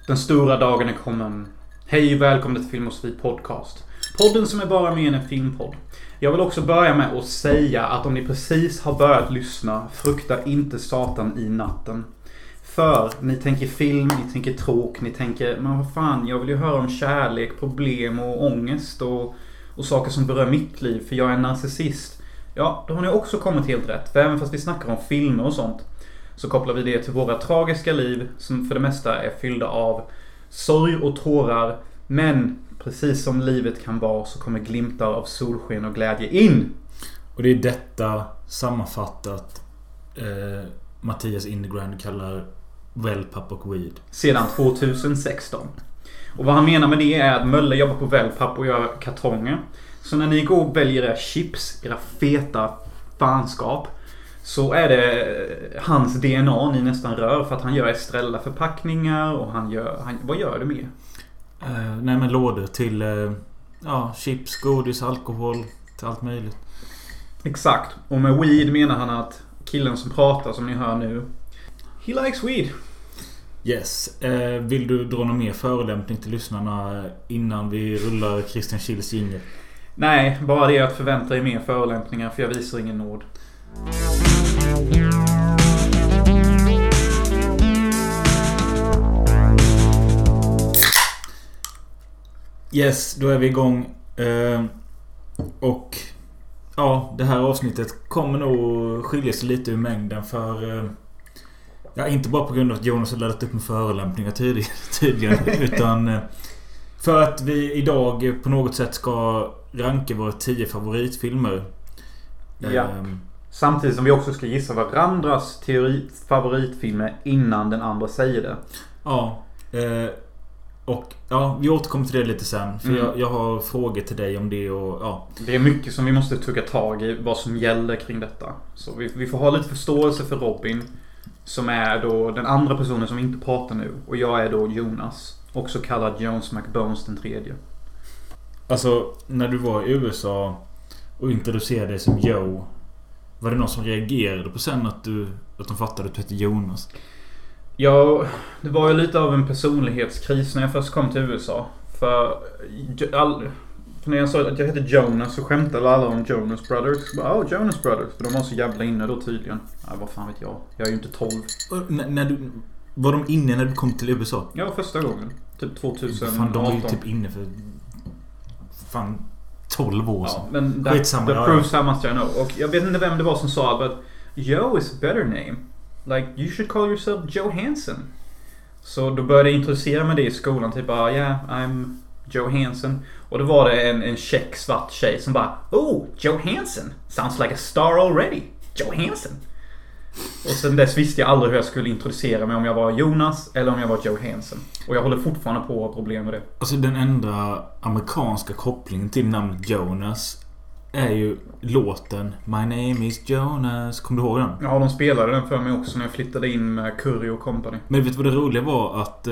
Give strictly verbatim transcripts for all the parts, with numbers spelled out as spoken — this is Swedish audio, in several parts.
Den stora dagen är kommen. Hej och välkommen till Film och Svit podcast. Podden som är bara mer än en filmpodd. Jag vill också börja med att säga att om ni precis har börjat lyssna, frukta inte satan i natten. För ni tänker film, ni tänker tråk, ni tänker, men vad fan, jag vill ju höra om kärlek, problem och ångest och, och saker som berör mitt liv, för jag är en narcissist. Ja, då har ni också kommit helt rätt. För även fast vi snackar om filmer och sånt, så kopplar vi det till våra tragiska liv som för det mesta är fyllda av sorg och tårar. Men precis som livet kan vara så kommer glimtar av solsken och glädje in. Och det är detta sammanfattat eh, Mattias Indegrand kallar wellpapp och weed. Sedan tjugohundrasexton. Och vad han menar med det är att Mölle jobbar på wellpapp och gör kartonger. Så när ni går och väljer era chips, era feta fanskap, så är det hans D N A ni nästan rör, för att han gör Estrella förpackningar och han gör, han, vad gör du mer? Uh, nej men lådor till uh, ja, chips, godis, alkohol, till allt möjligt. Exakt. Och med weed menar han att killen som pratar som ni hör nu, he likes weed. Yes. Uh, vill du dra någon mer förolämpning till lyssnarna innan vi rullar Christian Schills jingle? Nej, bara det att förvänta er mer förolämpningar, för jag visar ingen nåd. Yes, då är vi igång. eh, Och ja, det här avsnittet kommer nog skilja sig lite ur mängden. För eh, ja, inte bara på grund av att Jonas har laddat upp med förolämpningar tydligen, tydligen utan eh, för att vi idag på något sätt ska ranka våra tio favoritfilmer. Ja. eh, Samtidigt som vi också ska gissa varandras teori favoritfilmer innan den andra säger det. Ja, eh, och ja, vi återkommer till det lite sen. För mm. jag, jag har frågor till dig om det och ja. Det är mycket som vi måste tugga tag i vad som gäller kring detta. Så vi, vi får ha lite förståelse för Robin, som är då den andra personen som inte pratar nu. Och jag är då Jonas, också kallad Jones McBones den tredje. Alltså, när du var i U S A och introducerade dig som Joe, var det någon som reagerade på sen att, du, att de fattade att du hette Jonas? Ja, det var ju lite av en personlighetskris när jag först kom till U S A. För, all, för när jag sa att jag hette Jonas så skämtade alla om Jonas Brothers. Ja, oh, Jonas Brothers. För de var så jävla inne då tydligen. Ja, vad fan vet jag. Jag är ju inte tolv. N- när du, var de inne när du kom till U S A? Ja, första gången. Typ tjugohundraarton. Fan, de var ju typ inne för fan tolv år sedan. Ja, men that, Skitsamma, that proves how much I know. Och jag vet inte vem det var som sa, but Joe is a better name. Like, you should call yourself Joe Hansen. Så då började jag introducera mig det i skolan. Typ bara, yeah, I'm Joe Hansen. Och då var det en, en check svart tjej som bara, oh, Joe Hansen. Sounds like a star already. Joe Hansen. Och sen dess visste jag aldrig hur jag skulle introducera mig, om jag var Jonas eller om jag var Joe Hansen. Och jag håller fortfarande på att ha problem med det. Alltså den enda amerikanska kopplingen till namnet Jonas är ju låten My name is Jonas. Kommer du ihåg den? Ja, de spelade den för mig också när jag flyttade in med Curry och company. Men vet du vad det roliga var? Att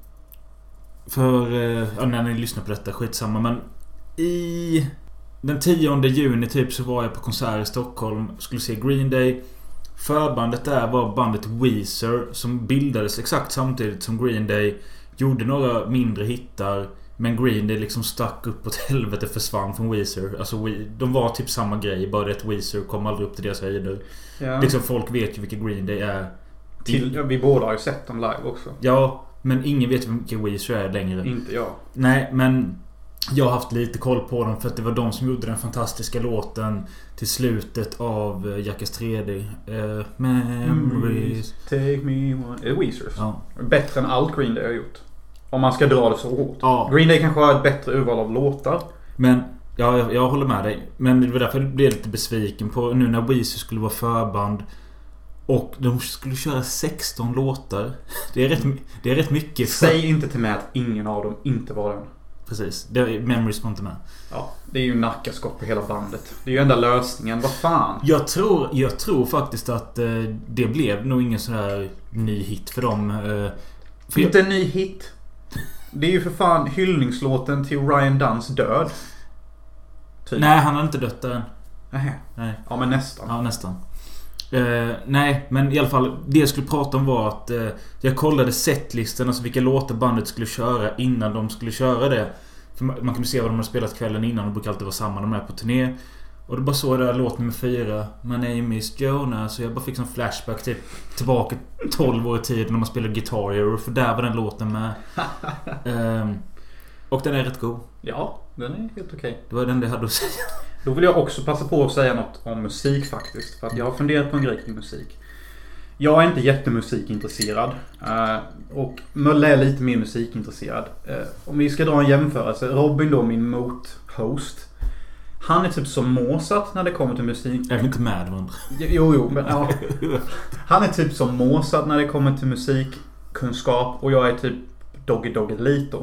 för, ja, när ni lyssnar på detta, skitsamma. Men i den tionde juni typ så var jag på konsert i Stockholm. Skulle se Green Day. Förbandet där var bandet Weezer, som bildades exakt samtidigt som Green Day. Gjorde några mindre hittar, men Green Day liksom stack upp åt helvete, försvann från Weezer. Alltså de var typ samma grej, bara att Weezer kom aldrig upp till deras höjder. Ja. Liksom folk vet ju vilka Green Day är. Till, ja, vi båda har ju sett dem live också. Ja, men ingen vet vilka Weezer är längre. Inte jag. Nej, men jag har haft lite koll på dem för att det var de som gjorde den fantastiska låten till slutet av Jackass tre D. Uh, Memories. Take me one. Är det Weezers? Ja. Bättre än allt Green Day har gjort. Om man ska dra det så hårt. Ja. Green Day kanske har ett bättre urval av låtar. Men ja, jag, jag håller med dig. Men det var därför jag blev lite besviken på nu när Weezer skulle vara förband. Och de skulle köra sexton låtar. Det är rätt, det är rätt mycket. För... Säg inte till mig att ingen av dem inte var den. Precis, det är Memories var inte med. Ja, det är ju nackaskott på hela bandet. Det är ju enda lösningen, vad fan. Jag tror, jag tror faktiskt att eh, det blev nog ingen sån här ny hit för dem. Eh, för inte jag... en ny hit. Det är ju för fan hyllningslåten till Ryan Dunns död. Typ. Nej, han har inte dött än. Nähä. Nej. Ja, men nästan. Ja, nästan. Uh, nej, men i alla fall det jag skulle prata om var att uh, jag kollade setlistan, alltså vilka låtar bandet skulle köra innan de skulle köra det. För man, man kunde se vad de hade spelat kvällen innan. Det brukar alltid vara samma, de är på turné. Och det bara så där låt nummer fyra, My name is Jonas. Så jag bara fick en flashback typ tillbaka tolv år i tiden när man spelade Guitar Hero. För där var den låten med. um, Och den är rätt god. Ja, den är helt okej. Det var den det hade att säga. Då vill jag också passa på att säga något om musik faktiskt. För att jag har funderat på en grej kring musik. Jag är inte jättemusikintresserad. Och Mölle är lite mer musikintresserad. Om vi ska dra en jämförelse. Robin då, min mot-host. Han är typ som Mozart när det kommer till musik. Jag är inte med varandra. Jo, jo, men ja. Han är typ som Mozart när det kommer till musikkunskap. Och jag är typ Doggy Doggy Lito.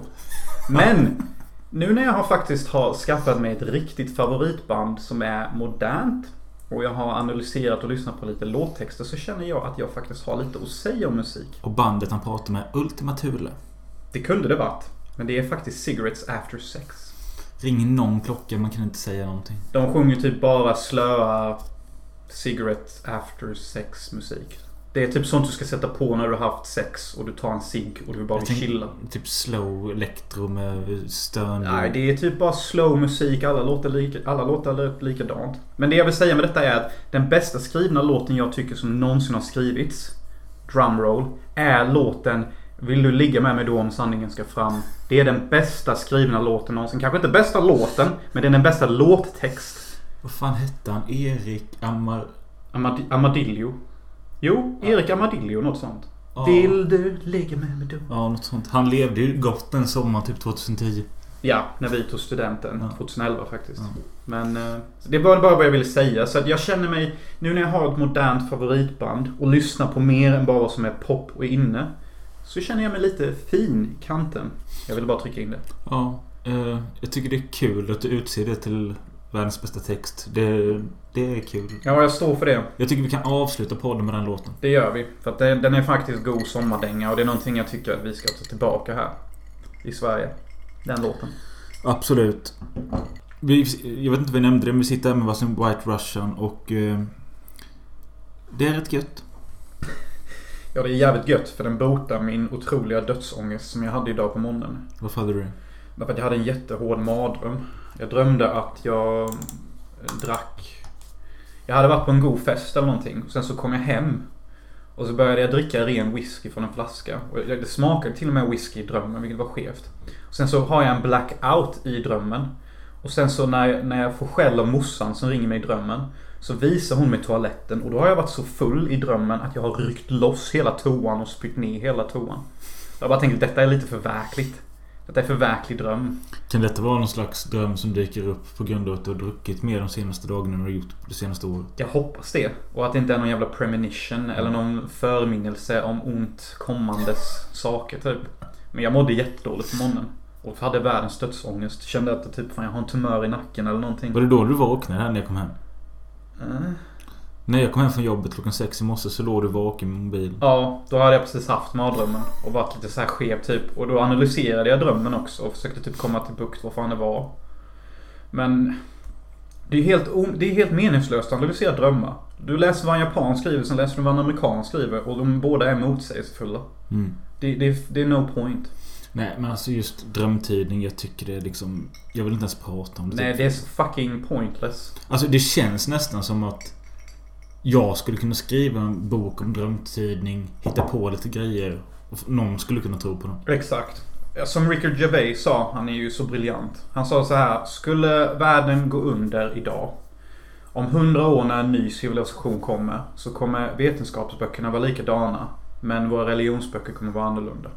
Men nu när jag har faktiskt har skaffat mig ett riktigt favoritband som är modernt och jag har analyserat och lyssnat på lite låttexter, så känner jag att jag faktiskt har lite att säga om musik. Och bandet han pratar med, Ultima Thule. Det kunde det varit, men det är faktiskt Cigarettes After Sex. Ringer någon klocka, man kan inte säga någonting. De sjunger typ bara slöa Cigarettes After Sex musik. Det är typ sånt du ska sätta på när du har haft sex och du tar en cigg och du bara vill chilla. Typ slow elektro med stön. Nej, det är typ bara slow musik. Alla låter, lika, alla låter likadant. Men det jag vill säga med detta är att den bästa skrivna låten jag tycker som någonsin har skrivits, drumroll, är låten Vill du ligga med mig då om sanningen ska fram. Det är den bästa skrivna låten någonsin. Kanske inte bästa låten, men det är den bästa låttext. Vad fan hette han? Erik Amar... Amad- Amadillo. Jo, Erik Amadillo, något sånt. Ja. Vill du ligga med mig då? Ja, något sånt. Han levde ju gott en sommar typ tjugohundratio. Ja, när vi tog studenten. Ja. tjugoelva faktiskt. Ja. Men eh, det var bara vad jag ville säga. Så att jag känner mig, nu när jag har ett modernt favoritband och lyssnar på mer än bara vad som är pop och inne, så känner jag mig lite fin i kanten. Jag vill bara trycka in det. Ja, eh, jag tycker det är kul att du utser det till världens bästa text. Det, det är kul. Ja, jag står för det. Jag tycker vi kan avsluta podden med den låten. Det gör vi. För att det, den är faktiskt god sommardänga. Och det är någonting jag tycker att vi ska ta tillbaka här i Sverige. Den låten. Absolut. Vi, jag vet inte vad vi nämnde det, men vi sitter här med varsin White Russian. Och eh, det är rätt gött. Ja, det är jävligt gött. För den botar min otroliga dödsångest som jag hade idag på morgonen. Varför hade du det? Därför att jag hade en jättehård mardröm. Jag drömde att jag drack. Jag hade varit på en god fest eller någonting. Och sen så kom jag hem. Och så började jag dricka ren whisky från en flaska. Och det smakade till och med whisky i drömmen, vilket var skevt. Och sen så har jag en blackout i drömmen. Och sen så när jag, när jag får skäll av morsan som ringer mig i drömmen, så visar hon mig toaletten. Och då har jag varit så full i drömmen att jag har ryckt loss hela toan och spytt ner hela toan. Jag bara tänkte att detta är lite för verkligt. Detta är för verklig dröm. Kan detta vara någon slags dröm som dyker upp på grund av att du har druckit mer de senaste dagarna än du har gjort det senaste året? Jag hoppas det. Och att det inte är någon jävla premonition eller någon förminnelse om ont kommandes saker typ. Men jag mådde jättedåligt på morgonen. Och hade världens dödsångest. Kände att det typ, fan, jag har en tumör i nacken eller någonting. Var det då du vaknade här när jag kom hem? Mm. När jag kom hem från jobbet klockan sex i morse så låg du vaken med mobil. Ja, då hade jag precis haft mardrömmen och varit lite så här skev typ. Och då analyserade jag drömmen också och försökte typ komma till bukt vad fan det var. Men det är helt, det är helt meningslöst att analysera drömmar. Du läser vad en japan skriver, sen läser du vad en amerikan skriver. Och de båda är motsägelsefulla. Mm. Det, det, det är no point. Nej, men alltså just drömtidning, jag tycker det är liksom... Jag vill inte ens prata om det. Nej, det är så fucking pointless. Alltså det känns nästan som att jag skulle kunna skriva en bok om drömtidning, hitta på lite grejer och någon skulle kunna tro på dem. Exakt. Som Ricky Gervais sa, han är ju så briljant. Han sa så här: skulle världen gå under idag, om hundra år när en ny civilisation kommer, så kommer vetenskapsböckerna vara likadana, men våra religionsböcker kommer vara annorlunda.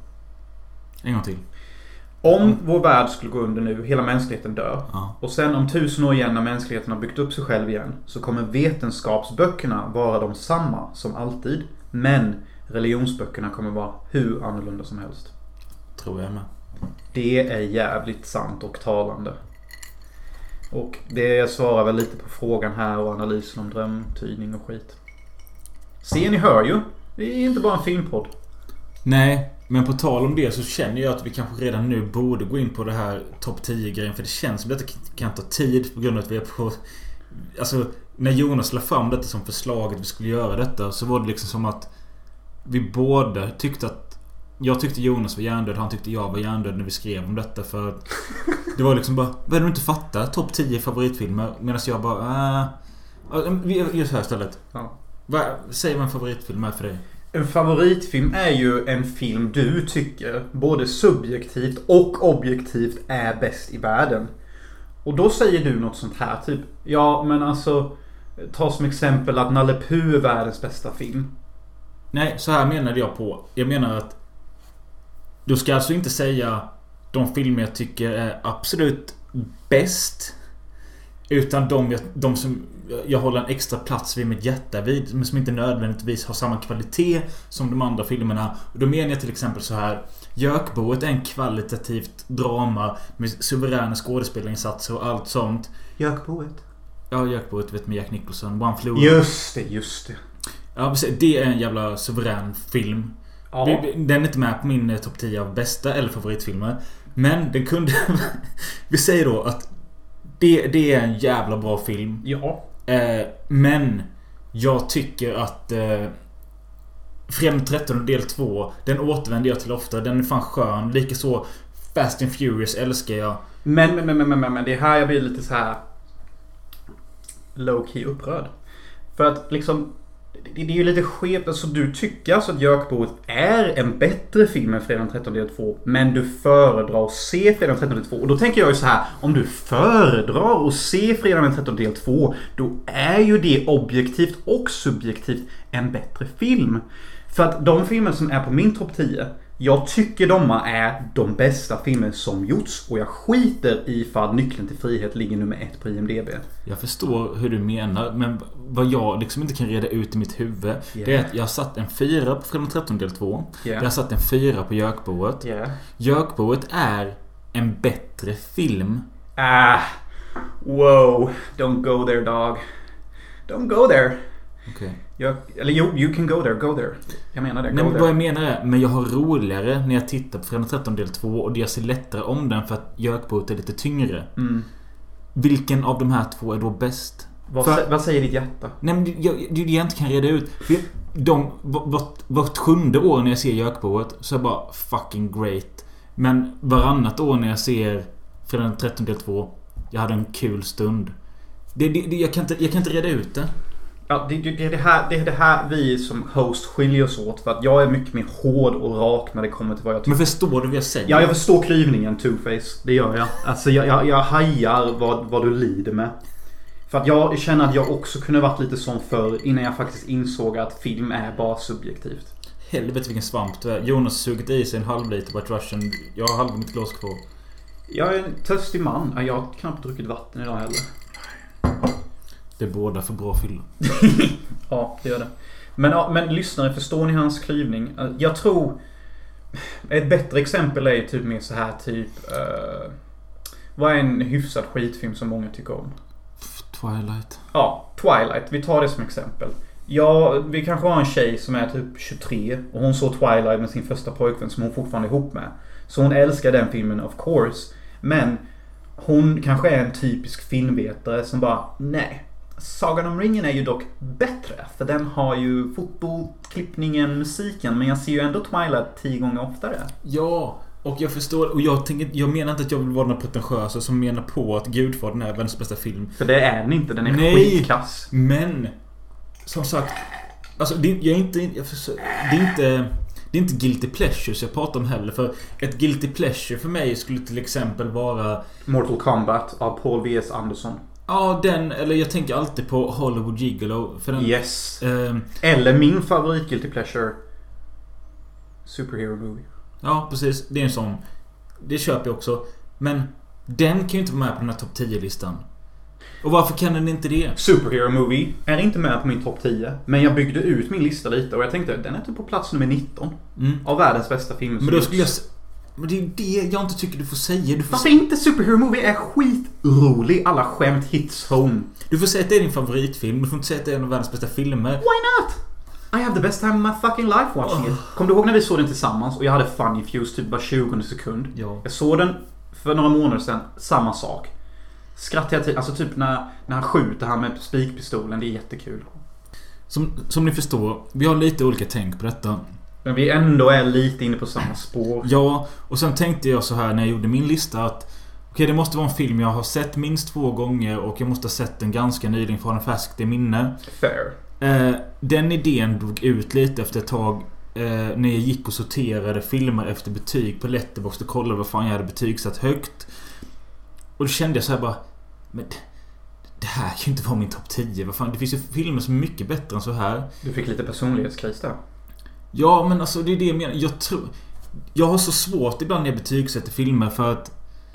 En gång till. Om mm. vår värld skulle gå under nu, hela mänskligheten dör. Ja. Och sen om tusen år igen när mänskligheten har byggt upp sig själv igen, så kommer vetenskapsböckerna vara de samma som alltid. Men religionsböckerna kommer vara hur annorlunda som helst. Tror jag med. Det är jävligt sant och talande. Och det svarar väl lite på frågan här och analysen om drömtydning och skit. Se, ni hör ju. Det är inte bara en filmpodd. Nej, men på tal om det så känner jag att vi kanske redan nu borde gå in på det här topp tio grejen. För det känns som att det kan ta tid på grund av att vi är på Alltså, när Jonas la fram detta som förslag att vi skulle göra detta, så var det liksom som att vi båda tyckte att jag tyckte Jonas var hjärndöd, han tyckte jag var hjärndöd när vi skrev om detta. För det var liksom bara, vad är det du inte fattar? Topp tio favoritfilmer. Medan jag bara, äh, vi gör så här istället. Ja. Vad, säg vad en favoritfilm är för dig. En favoritfilm är ju en film du tycker både subjektivt och objektivt är bäst i världen. Och då säger du något sånt här typ, ja men alltså, ta som exempel att Nalle Puh är världens bästa film. Nej, så här menade jag på. Jag menar att du ska alltså inte säga de filmer jag tycker är absolut bäst, utan de, de som jag håller en extra plats vid mitt hjärta vid, men som inte nödvändigtvis har samma kvalitet som de andra filmerna. Och då menar jag till exempel så här: Jökboet är en kvalitativt drama med suveräna skådespelarinsatser och allt sånt. Jökboet? Ja, Jökboet, vet med Jack Nicholson, One Flew. Just det, just det. Ja, det är en jävla suverän film. Ja. Den är inte med på min topp tio av bästa eller favoritfilmer, men den kunde vi säger då att det, det är en jävla bra film. Ja. eh, Men jag tycker att eh, Fredag tretton del två, den återvänder jag till ofta. Den är fan skön. Likaså Fast and Furious älskar jag. Men, men, men, men, men, men det är här jag blir lite så här low-key upprörd. För att liksom, det är ju lite skevt. Alltså du tycker alltså att Jökboet är en bättre film än Fredag tretton del två, men du föredrar att se Fredag tretton del två. Och då tänker jag ju så här: om du föredrar att se Fredag tretton del två, då är ju det objektivt och subjektivt en bättre film. För att de filmer som är på min topp tio, jag tycker de är de bästa filmer som gjorts. Och jag skiter i för att Nyckeln till frihet ligger nummer ett på I M D B. Jag förstår hur du menar, men vad jag liksom inte kan reda ut i mitt huvud, yeah. det är att jag har satt en fyra på Fredag tretton del två. Yeah. Jag har satt en fyra på Jökboet. Yeah. Jökboet är en bättre film. Ah, wow, don't go there dog. Don't go there. Okej. Okay. Jag, eller you, you can go there, go there. Jag menar det, go Nej, men there. vad jag menar är, men jag har roligare när jag tittar på Fredag tretton del två, och det jag ser lättare om den för att Jökboet är lite tyngre. Mm. Vilken av de här två är då bäst? Vad, för, sä, vad säger ditt hjärta? Nej, men jag, det är det jag inte kan reda ut. För de, vart, vart sjunde år när jag ser Jökboet så är jag bara fucking great. Men varannat år när jag ser Fredag tretton del två, jag hade en kul stund. Det, det, det, jag, kan inte, jag kan inte reda ut det. Ja, det, det, det, här, det är det här vi som host skiljer oss åt. För att jag är mycket mer hård och rak när det kommer till vad jag tycker. Men förstår du vad jag säger? Ja, jag förstår klyvningen, Two-Face. Det gör jag. Alltså jag, jag, jag hajar vad, vad du lider med. För att jag känner att jag också kunde varit lite sån för innan jag faktiskt insåg att film är bara subjektivt. Helvete vilken svamp du är. Jonas sugit i sig en halv liter White Russian. Jag har halva mitt glas kvar. Jag är en törstig man. Jag har knappt druckit vatten idag heller. Det är båda för bra fylla. Ja, det gör det. Men, ja, men lyssnare, förstår ni hans klyvning? Jag tror ett bättre exempel är typ mer så här typ uh, vad är en hyfsad skitfilm som många tycker om? Twilight. Ja, Twilight. Vi tar det som exempel. Ja, vi kanske har en tjej som är typ tjugotre och hon såg Twilight med sin första pojkvän som hon fortfarande är ihop med. Så hon älskar den filmen of course. Men hon kanske är en typisk filmvetare som bara, nej, Sagan om ringen är ju dock bättre. För den har ju fotoklippningen, musiken. Men jag ser ju ändå Twilight tio gånger oftare. Ja, och jag förstår. Och jag, tänker, jag menar inte att jag vill vara någon pretentiös som menar på att Gudfadern är världens bästa film. För det är den inte, den är nej, skitkass. Men som sagt, alltså det, jag är inte, jag försöker, det är inte det är inte guilty pleasures jag pratar om heller. För ett guilty pleasure för mig skulle till exempel vara Mortal Kombat av Paul V S Anderson. Ja, den, eller jag tänker alltid på Hollywood Gigolo för den, yes. eh, Eller min favorit guilty pleasure, Superhero Movie. Ja, precis, det är en sån. Det köper jag också. Men den kan ju inte vara med på den här topp tio-listan. Och varför kan den inte det? Superhero Movie är inte med på min topp tio. Men jag byggde ut min lista lite och jag tänkte den är typ på plats nummer nitton mm. av världens bästa filmer. Men då skulle jag... Men det är det jag inte tycker du får säga. Du får Varför inte? Superhero Movie är skitrolig. Alla skämt hits home. Du får säga att det är din favoritfilm. Du får inte säga att det är en av världens bästa filmer. Why not? I have the best time of my fucking life watching oh. it. Kommer du ihåg när vi såg den tillsammans och jag hade Funny Fuse typ bara tjugo sekund? Ja. Jag såg den för några månader sedan. Samma sak. skrattar jag till. Alltså typ när, när han skjuter han med spikpistolen. Det är jättekul. Som, som ni förstår, vi har lite olika tänk på detta. Men vi ändå är lite inne på samma spår. Ja, och sen tänkte jag så här när jag gjorde min lista att okej, okay, det måste vara en film jag har sett minst två gånger och jag måste ha sett den ganska nyligen för att ha den färskt i minne. Fair. Eh, den idén drog ut lite efter ett tag eh, när jag gick och sorterade filmer efter betyg på Letterboxd och kollade vad fan jag hade betygsatt högt. Och då kände jag så här bara, men det här kan ju inte vara min topp tio. Vad fan, det finns ju filmer som är mycket bättre än så här. Du fick lite personlighetskris där. Ja, men alltså det är det jag menar. Jag tror jag har så svårt ibland när jag betygsätter filmer för att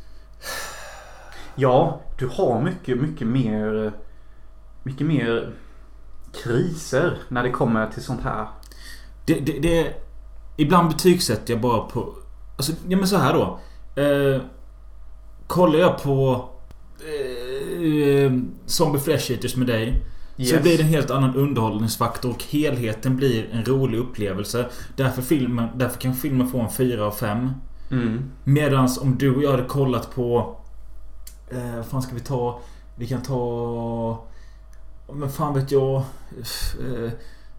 ja, du har mycket mycket mer mycket mer kriser när det kommer till sånt här. Det det, det ibland betygsätter jag bara på alltså ja men så här då. Eh, kollar jag på eh, Zombie Flesh Eaters med dig. Yes. Så blir det en helt annan underhållningsfaktor och helheten blir en rolig upplevelse. Därför, filmen, därför kan filmen få en fyra av fem. Mm. Medans om du och jag hade kollat på eh, vad fan ska vi ta? Vi kan ta men fan vet jag eh, eh,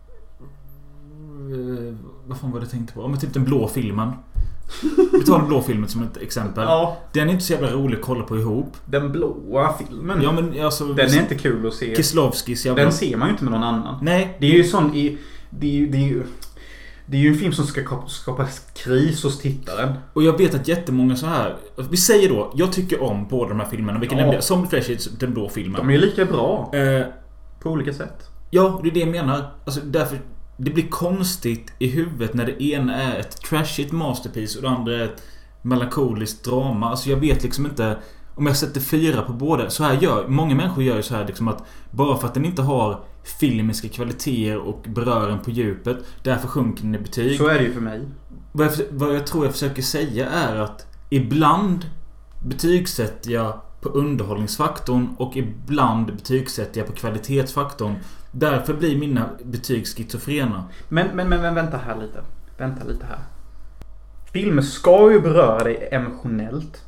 vad fan var det jag tänkte på? Men typ den blå filmen. Vi tar den blå filmen som ett exempel. Ja. Den är inte så jävla rolig att kolla på ihop. Den blåa filmen. Ja, men alltså, den är inte kul att se. Kieslowskis jävla... Den ser man ju inte med någon annan. Nej. Det är ju sån i, det är ju, det är ju, det är ju en film som ska skapa kris hos tittaren. Och jag vet att jättemånga så här. Vi säger då, jag tycker om båda de här filmerna. Vilken ja. Som Flash, den blå filmen. De är ju lika bra. Eh, på olika sätt. Ja, det är det jag menar. Alltså därför det blir konstigt i huvudet när det ena är ett trashigt masterpiece och det andra är ett melankoliskt drama. Alltså jag vet liksom inte om jag sätter fyra på båda. Så här gör många människor gör ju så här liksom att bara för att den inte har filmiska kvaliteter och berör en på djupet, därför sjunker den i betyg. Så är det ju för mig. Vad jag, vad jag tror jag försöker säga är att ibland betygsätter jag på underhållningsfaktorn och ibland betygsätter jag på kvalitetsfaktorn. Därför blir mina betyg schizofrena. Men, men, men, men vänta här lite. Vänta lite här. Filmer ska ju beröra dig emotionellt.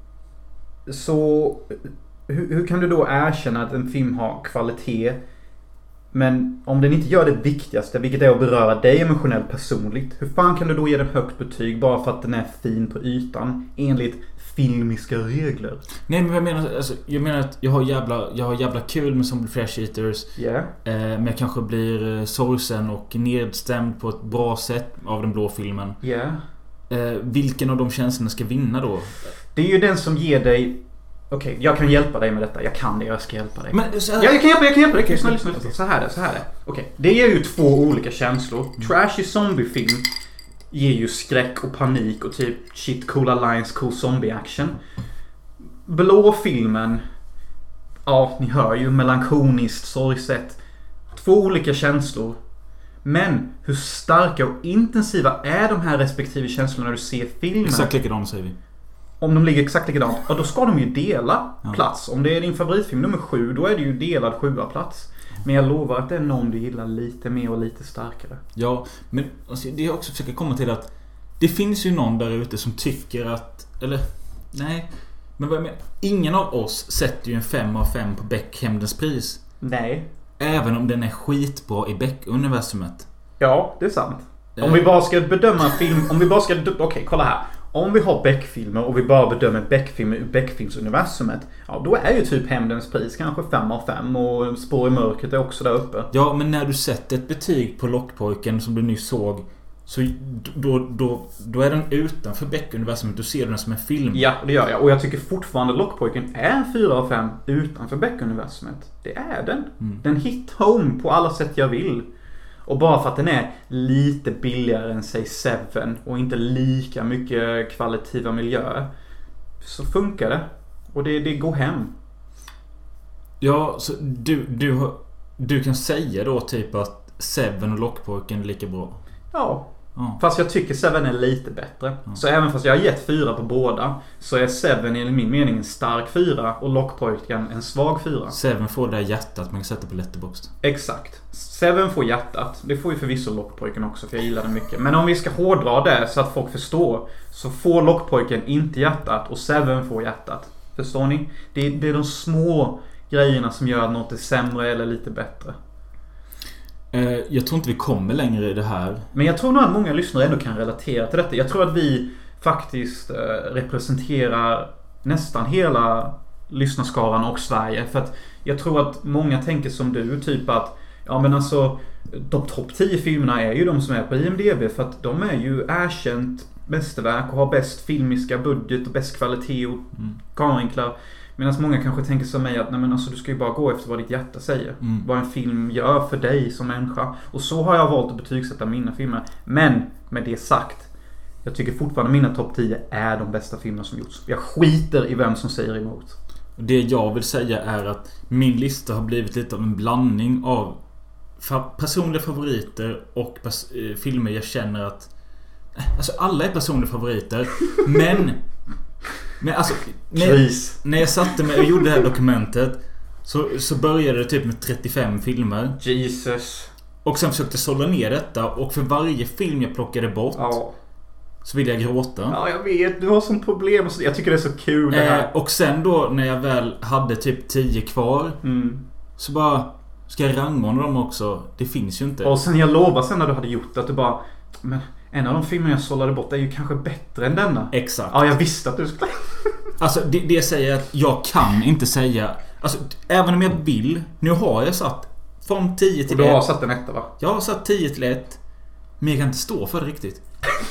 Så hur, hur kan du då erkänna att en film har kvalitet, men om den inte gör det viktigaste, vilket är att beröra dig emotionellt personligt, hur fan kan du då ge den högt betyg bara för att den är fin på ytan enligt filmiska regler? Nej, men jag menar, alltså, jag menar att jag har jävla, jag har jävla kul med Zombie Flesh Eaters. Yeah. eh, Men jag kanske blir eh, sorgsen och nedstämd på ett bra sätt av den blå filmen. Yeah. eh, Vilken av de känslorna ska vinna då? Det är ju den som ger dig. Okej, okay, jag kan hjälpa dig med detta. Jag kan det, jag ska hjälpa dig. Men, så här... ja, jag kan hjälpa dig, jag kan hjälpa dig. Okay, snälla, snälla. Okay. Så här är det, så här är det. Okej, okay. Det ger ju två olika känslor. Mm. Trashy zombiefilm ger ju skräck och panik och typ shit, cool alliance, cool zombie action. Blå filmen, ja, ni hör ju, melankoliskt, sorgset. Två olika känslor. Men hur starka och intensiva är de här respektive känslorna när du ser filmen? Exakt likadant säger vi. Om de ligger exakt likadant, ja, då ska de ju dela ja. plats. Om det är din favoritfilm nummer sju, då är det ju delad sjua plats. Men jag lovar att det är någon du gillar lite mer och lite starkare. Ja, men alltså, det jag också försöker komma till att det finns ju någon där ute som tycker att, eller nej, men vad jag menar, ingen av oss sätter ju en fem av fem på Beck Hämndens pris. Nej. Även om den är skitbra i Beck-universumet. Ja, det är sant. Om vi bara ska bedöma film, om vi bara ska, okej, okay, kolla här. Om vi har Beck-filmer och vi bara bedömer Beck-filmer ur Beck-filmsuniversumet, ja, då är ju typ Hämndens pris kanske fem av fem och Spår i mörkret är också där uppe. Ja, men när du sätter ett betyg på Lockpojken som du nyss såg, så då, då, då är den utanför Beck-universumet. Du ser den som en film. Ja, det gör jag. Och jag tycker fortfarande Lockpojken är en fyra av fem utanför Beck-universumet. Det är den. Mm. Den hit home på alla sätt jag vill. Och bara för att den är lite billigare än säg Seven och inte lika mycket kvalitativa miljöer, så funkar det. Och det, det går hem. Ja, så du, du, du kan säga då typ att Seven och Lockpojken är lika bra. Ja. Ja. Fast jag tycker Seven är lite bättre. Ja. Så även fast jag har gett fyra på båda, så är Seven enligt min mening en stark fyra och Lockpojken en svag fyra. Seven får det hjärtat man kan sätta på Letterboxd. Exakt. Seven får hjärtat. Det får ju förvisso Lockpojken också, för jag gillar den mycket. Men om vi ska hårdra det så att folk förstår, så får Lockpojken inte hjärtat och Seven får hjärtat. Förstår ni? Det är, det är de små grejerna som gör att något är sämre eller lite bättre. Eh, jag tror inte vi kommer längre i det här. Men jag tror nog att många lyssnare ändå kan relatera till detta. Jag tror att vi faktiskt eh, representerar nästan hela lyssnarskaran och Sverige. För att jag tror att många tänker som du, typ att ja men alltså de topp tio filmerna är ju de som är på I M D B, för att de är ju erkänt mästerverk och har bäst filmiska budget och bäst kvalitet och mm. kameravinklar. Medan många kanske tänker som mig att nej men alltså du ska ju bara gå efter vad ditt hjärta säger. Mm. Vad en film gör för dig som människa. Och så har jag valt att betygsätta mina filmer. Men med det sagt, jag tycker fortfarande mina topp tio är de bästa filmerna som gjorts. Jag skiter i vem som säger emot. Det jag vill säga är att min lista har blivit lite av en blandning av fa- personliga favoriter och pers- filmer jag känner att alltså alla är personliga favoriter. Men Men alltså när, när jag satte mig och gjorde det här dokumentet så, så började det typ med trettiofem filmer. Jesus. Och sen försökte jag sålla ner detta. Och för varje film jag plockade bort ja. så ville jag gråta. Ja, jag vet. Du har sån problem. Jag tycker det är så kul det här. Eh, och sen då när jag väl hade typ tio kvar mm. så bara, ska jag rangordna dem också? Det finns ju inte. Och sen jag lovar sen när du hade gjort det att du bara, men en av de filmer jag sållade bort är ju kanske bättre än denna. Exakt. Ja, jag visste att du skulle. Alltså det, det säger att jag kan inte säga. Alltså även om jag vill. Nu har jag satt från tio till ett. Och du har satt en etta va? Jag har satt tio till ett. Men jag kan inte stå för det riktigt.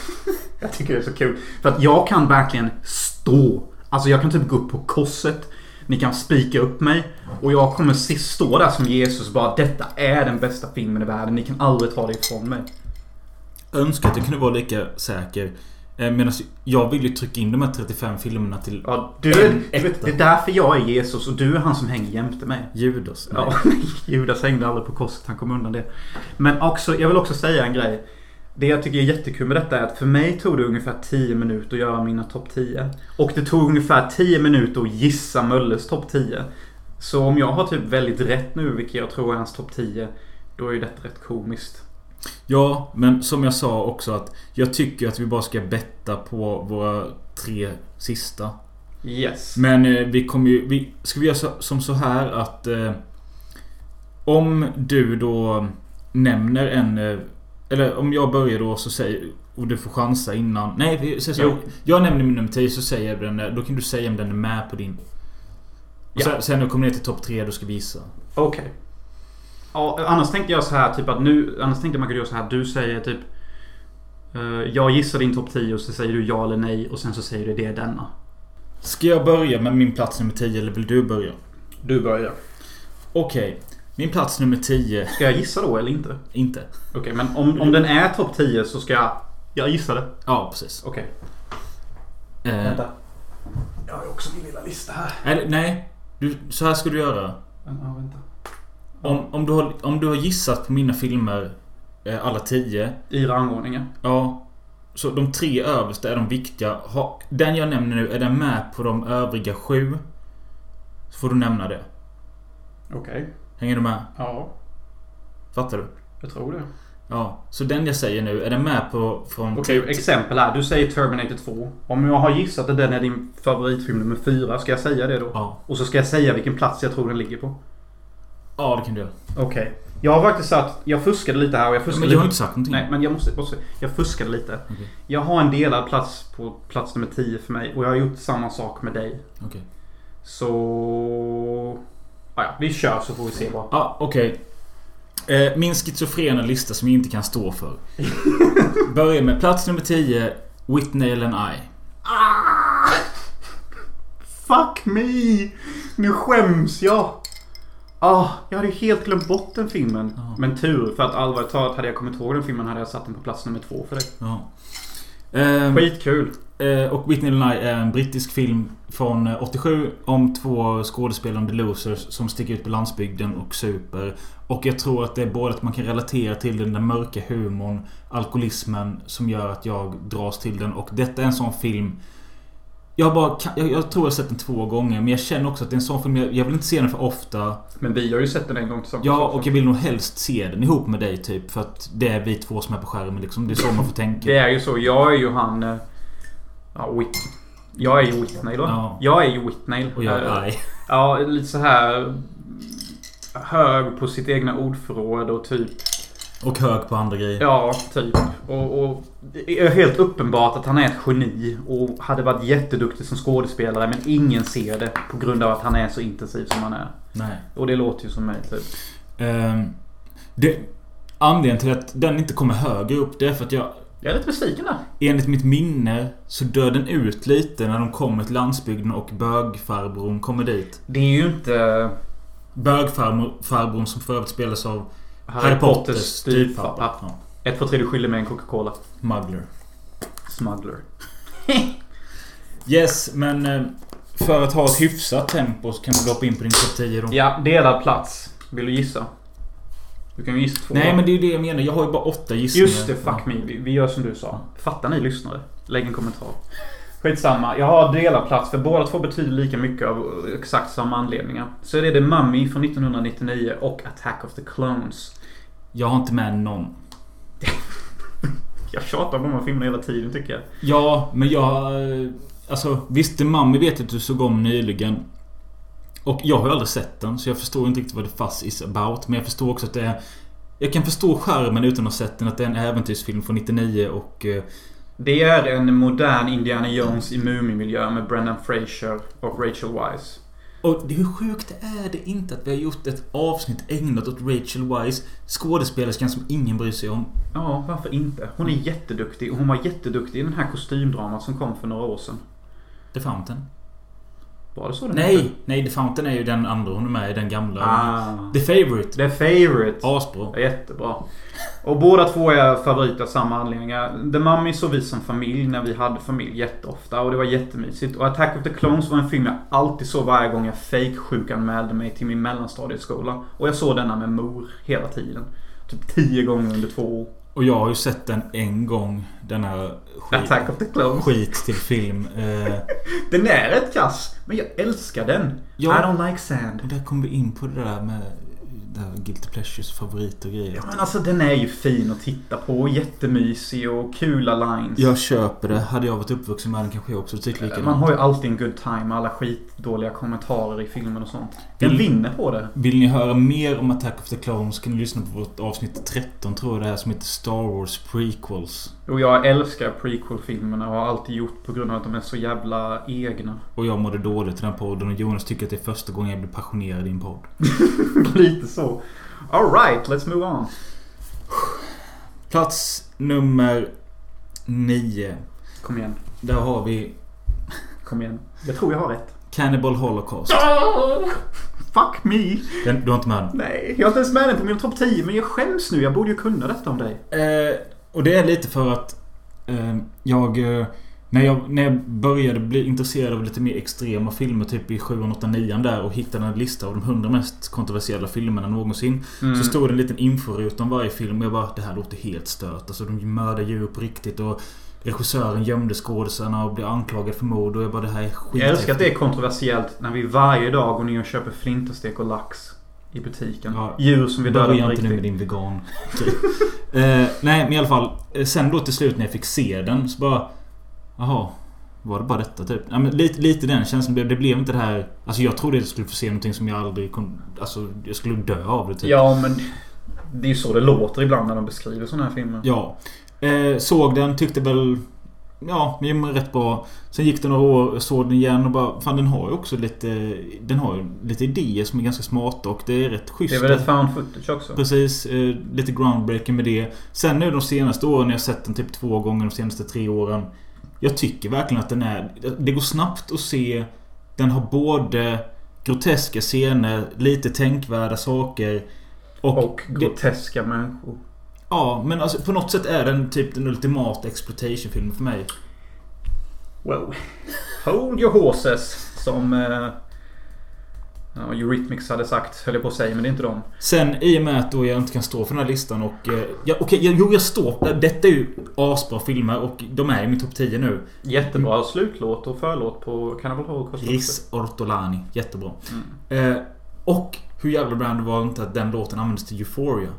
Jag tycker det är så kul. För att jag kan verkligen stå. Alltså jag kan typ gå upp på korset. Ni kan spika upp mig. Och jag kommer stå där som Jesus. Bara detta är den bästa filmen i världen. Ni kan aldrig ta det ifrån mig. Önskar att jag kunde vara lika säker. Medan jag vill ju trycka in de här trettiofem filmerna till ja, du är, vet, det är därför jag är Jesus och du är han som hänger jämte mig. Judas. Ja, Judas hängde aldrig på korset. Han kom undan det. Men också, jag vill också säga en grej. Det jag tycker är jättekul med detta är att för mig tog det ungefär tio minuter att göra mina topp tio. Och det tog ungefär tio minuter att gissa Mölles topp tio. Så om jag har typ väldigt rätt nu, vilket jag tror är hans topp tio, då är ju detta rätt komiskt. Ja, men som jag sa också att jag tycker att vi bara ska betta på våra tre sista. Yes. Men eh, vi kommer ju vi, ska vi göra så, som så här att eh, om du då nämner en eh, eller om jag börjar då så säger och du får chansa innan. Nej, så, så, jag, jag nämner min nummer tio så säger jag den, då kan du säga om den är med på din. Och ja. sen, sen när du kommer ner till topp tre då ska vi visa. Okej. Okay. Ja, annars tänkte jag så här typ att nu annars tänkte man kunde göra så här, du säger typ uh, jag gissar din topp tio och så säger du ja eller nej och sen så säger du det är denna. Ska jag börja med min plats nummer tio eller vill du börja? Du börjar. Okej. Okay. Min plats nummer tio. Ska jag gissa då eller inte? Inte. Okej, okay, men om, om den är topp tio så ska jag jag gissa det. Ja, precis. Okej. Okay. Eh. Vänta. Jag har också min lilla lista här. Eller, nej. Du, så här ska du göra. Ja, vänta. Om, om, du har, om du har gissat på mina filmer eh, alla tio i rangordningen. Ja. Så de tre översta är de viktiga. Ha, den jag nämner nu, är den med på de övriga sju? Så får du nämna det. Okej. Okay. Hänger du med? Ja. Fattar du? Jag tror det. Ja, så den jag säger nu, är den med på från... Okej, okay, exempel här. Du säger Terminator två. Om jag har gissat att den är din favoritfilm nummer fyra, ska jag säga det då? Ja. Och så ska jag säga vilken plats jag tror den ligger på. Ja, det kan du göra. Okej. Okay. Jag har faktiskt sagt, jag fuskade lite här och jag fuskade men jag har lite. inte sagt någonting. Nej, men jag måste, måste jag fuskade lite. Okay. Jag har en delad plats på plats nummer tio för mig och jag har gjort samma sak med dig. Okej. Okay. Så ah, ja, vi kör så får vi se vad. Ja, ah, okej. Okay. Eh, min schizofrena lista som jag inte kan stå för. Börjar med plats nummer tio, Whitney and I. Ah! Fuck me. Nu skäms jag. Ah, jag hade ju helt glömt bort den filmen. Ja. Men tur, för att allvarligt talat hade jag kommit ihåg den filmen hade jag satt den på plats nummer två för dig. Ja. Um, Skitkul. Uh, och Whitney and I är en brittisk film från åttiosju om två skådespelande losers som sticker ut på landsbygden och super. Och jag tror att det är både att man kan relatera till den där mörka humorn, alkoholismen som gör att jag dras till den. Och detta är en sån film. Jag, har bara, jag, jag tror jag har sett den två gånger. Men jag känner också att det är en sån film. Jag, jag vill inte se den för ofta. Men vi har ju sett den en gång tillsammans. Ja, och jag vill nog helst se den ihop med dig typ. För att det är vi två som är på skärmen liksom. Det är så man får tänka. Det är ju så, jag är ju han. Ja, Whit, Jag är ju Whitney då. Ja. Jag är ju Whitney. Och jag är arg. Ja, lite så här hög på sitt egna ordförråd och typ... Och hög på andra grejer. Ja, typ. Och, och det är helt uppenbart att han är ett geni och hade varit jätteduktig som skådespelare, men ingen ser det på grund av att han är så intensiv som han är. Nej. Och det låter ju som mig typ. Um, det, anledningen till att den inte kommer högre upp, det är för att jag... Jag är lite besviken där. Enligt mitt minne så dör den ut lite när de kommer till landsbygden och bögfarbrorn kommer dit. Det är ju inte... Bögfarbrorn som för övrigt spelas av Harry, Harry Potters Potters styvpappa. Ja. Ett, två, tre, du skyller med en Coca-Cola. Muggler. Smuggler. Yes, men eh, för att ha ett hyfsat tempo så kan du hoppa in på din topp tio då. Ja, delad plats. Vill du gissa? Du kan ju gissa två. Nej, men det är ju det jag menar. Jag har ju bara åtta gissningar. Just det, fuck me. Vi, vi gör som du sa. Fattar ni lyssnare? Lägg en kommentar. Skitsamma. Jag har delad plats för båda två betyder lika mycket av exakt samma anledningar. Så är det The Mummy från nittonhundranittionio och Attack of the Clones. Jag har inte med någon. Jag tjatar om de här filmerna hela tiden tycker jag. Ja, men jag... Alltså, visst, The Mummy vet att du såg om nyligen. Och jag har ju aldrig sett den, så jag förstår inte riktigt vad The Fuss is about. Men jag förstår också att det är... Jag kan förstå skärmen utan att ha sett den, att det är en äventyrsfilm från nittionio och... Det är en modern Indiana Jones i Mumie-miljö med Brendan Fraser och Rachel Weisz. Och hur sjukt är det inte att vi har gjort ett avsnitt ägnat åt Rachel Weisz, skådespelerskan som ingen bryr sig om. Ja, varför inte? Hon är jätteduktig och hon var jätteduktig i den här kostymdraman som kom för några år sedan. The Fountain. Var det så den Nej, hette? nej, The Fountain är ju den andra hon är med i, den gamla. Ah. The Favourite. The Favourite. Asbra. Jättebra. Och båda två är favoriter av samma anledningar. The Mummy såg vi som familj när vi hade familj jätteofta och det var jättemysigt. Och Attack of the Clones var en film jag alltid såg varje gång jag fake-sjukanmälde mig till min mellanstadieskola. Och jag såg denna med mor hela tiden. Typ tio gånger under två år. Och jag har ju sett den en gång, den här skit, Attack of the Clones. skit till film. eh, Den är ett kass, men jag älskar den. Ja. I don't like sand. Och där kommer vi in på det där med där Guilty Pleasures, favoriter och grejer. Ja, men alltså den är ju fin att titta på. Jättemysig och kula lines. Jag köper det. Hade jag varit uppvuxen med den kanske jag också tycker likadant. Man har ju alltid en good time med alla skitdåliga kommentarer i filmen och sånt. Den Vill- vinner på det. Vill ni höra mer om Attack of the Clones kan ni lyssna på vårt avsnitt tretton, tror jag det här, som heter Star Wars Prequels. Och jag älskar prequel-filmerna och har alltid gjort på grund av att de är så jävla egna. Och jag mådde dåligt i den podden och Jonas tycker att det är första gången jag blir passionerad i en podd. Lite så. All right, let's move on. Plats nummer nio. Kom igen. Där har vi Kom igen. Jag tror jag har rätt. Cannibal Holocaust. Oh, fuck me. Den, du har inte med den? Nej, jag har inte ens med den på min topp tio. Men jag skäms nu. Jag borde ju kunna detta om dig. Eh, och det är lite för att eh, jag, eh, när jag när jag började bli intresserad av lite mer extrema filmer, typ i sju, åtta, nio där, och hittade en lista av de hundra mest kontroversiella filmerna någonsin, Mm. så stod det en liten inforuta om varje film och jag bara, det här låter helt stört. Alltså de mördar djur på riktigt och regissören gömde skådespelarna och blev anklagad för mord och jag bara, det här är skit. Jag älskar att det är kontroversiellt när vi varje dag går ner och köper flinterstek och lax i butiken. Ja. Djur som vi dödar på Börja inte nu med riktigt. din vegan. eh, nej, men i alla fall. eh, Sen då till slut när jag fick se den så bara, jaha, var det bara detta typ? Ja, men lite, lite den känslan. Det blev inte det här. Alltså jag trodde att jag skulle få se någonting som jag aldrig kom, alltså jag skulle dö av det typ. Ja, men det är ju så det låter ibland när de beskriver såna här filmer. Ja. Eh, såg den, tyckte väl, ja, men rätt bra. Sen gick det några år, jag såg den igen och bara, fan den har ju också lite, den har ju lite idéer som är ganska smarta och det är rätt schysst. Det är väl ett found footage också. Precis, eh, lite groundbreaking med det. Sen nu de senaste åren, jag har sett den typ två gånger de senaste tre åren. Jag tycker verkligen att den är, det går snabbt att se. Den har både groteska scener, lite tänkvärda saker och, Och groteska människor. Ja, men alltså på något sätt är den typ den ultimata exploitation-filmen för mig. Wow. Hold your horses. Som eh, ja, Eurythmics hade sagt, höll jag på att säga, men det är inte dem. Sen i och med att då jag inte kan stå för den här listan och eh, ja, okej, okay, jo jag står. Detta är ju asbra filmer och de är i min topp tio nu. Jättebra slutlåt och förlåt på Cannibal Holocaust. Chris Ortolani, jättebra. Mm. Eh, och hur jävla brand var inte att den låten användes till Euphoria.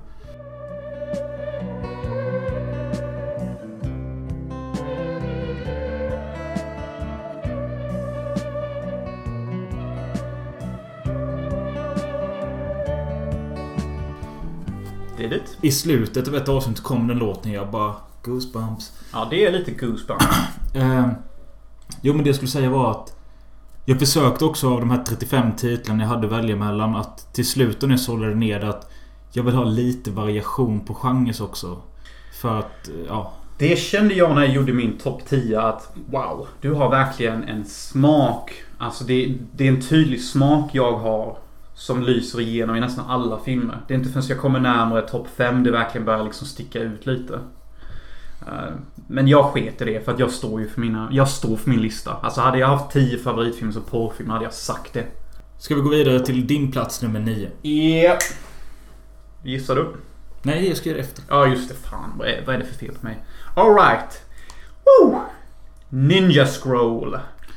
Did it? I slutet av ett avsnitt kom den låten. Jag bara... Goosebumps. Ja, det är lite goosebumps. eh, jo, men det jag skulle säga var att jag försökte också av de här trettiofem titlarna jag hade att välja mellan att till slut när jag sållade ner att jag vill ha lite variation på genres också. För att, ja... Det kände jag när jag gjorde min topp tio att wow, du har verkligen en smak. Alltså det, det är en tydlig smak jag har som lyser igenom i nästan alla filmer. Det är inte förrän jag kommer närmare topp fem det verkligen börjar liksom sticka ut lite. Men jag sket i det för att jag står ju för mina jag står för min lista. Alltså hade jag haft tio favoritfilmer som porrfilmer hade jag sagt det. Ska vi gå vidare till din plats nummer nio? Ja. Yep. Gissar du? Nej, jag ska göra efter. Ja, just det. Fan, vad är, vad är det för fel på mig? All right. Woo! Ninja Scroll.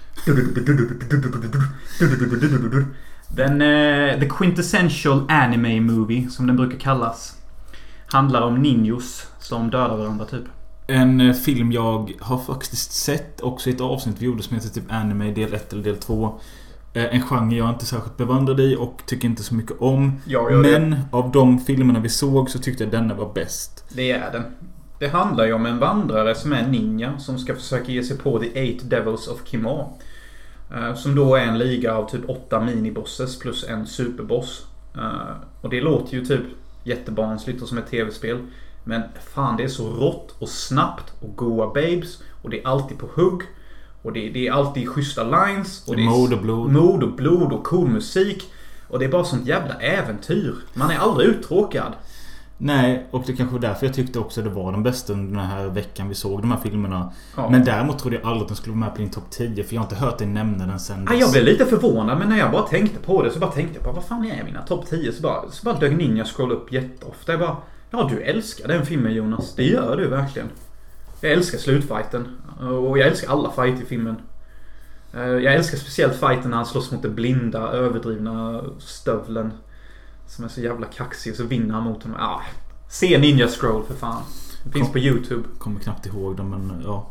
Den uh, the quintessential anime movie som den brukar kallas. Handlar om ninjos som dödar varandra typ. En uh, film jag har faktiskt sett också i ett avsnitt vi gjorde som heter typ anime del ett eller del två. Uh, en genre jag inte särskilt bevandrad i och tycker inte så mycket om. Men det. Av de filmerna vi såg så tyckte jag denna var bäst. Det är den. Det handlar ju om en vandrare som är ninja som ska försöka ge sig på The Eight Devils of Kimar. Som då är en liga av typ åtta minibosses plus en superboss. Och det låter ju typ jättebarnsligt och som ett tv-spel. Men fan, det är så rått och snabbt och goa babes. Och det är alltid på hugg. Och det, det är alltid schyssta lines. Och det är mod och blod. Mod och blod och cool musik. Och det är bara sånt jävla äventyr. Man är aldrig uttråkad. Nej, och det kanske var därför jag tyckte också det var den bästa under den här veckan vi såg de här filmerna. Ja. Men däremot trodde jag aldrig att den skulle vara med på din topp tio. För jag har inte hört dig nämna den sen dess. Jag blev lite förvånad, men när jag bara tänkte på det så bara tänkte jag på vad fan är mina topp tio? Så bara, så bara dök Ninja Scroll upp jätteofta. Jag bara, ja du älskar den filmen Jonas. Det gör du verkligen. Jag älskar slutfighten. Och jag älskar alla fight i filmen. Jag älskar speciellt fighten när han slåss mot den blinda, överdrivna stövlen. Som är så jävla kaxig och så vinner han mot honom. Ah, se Ninja Scroll för fan. Det finns Kom, på YouTube. Kommer knappt ihåg dem, men ja.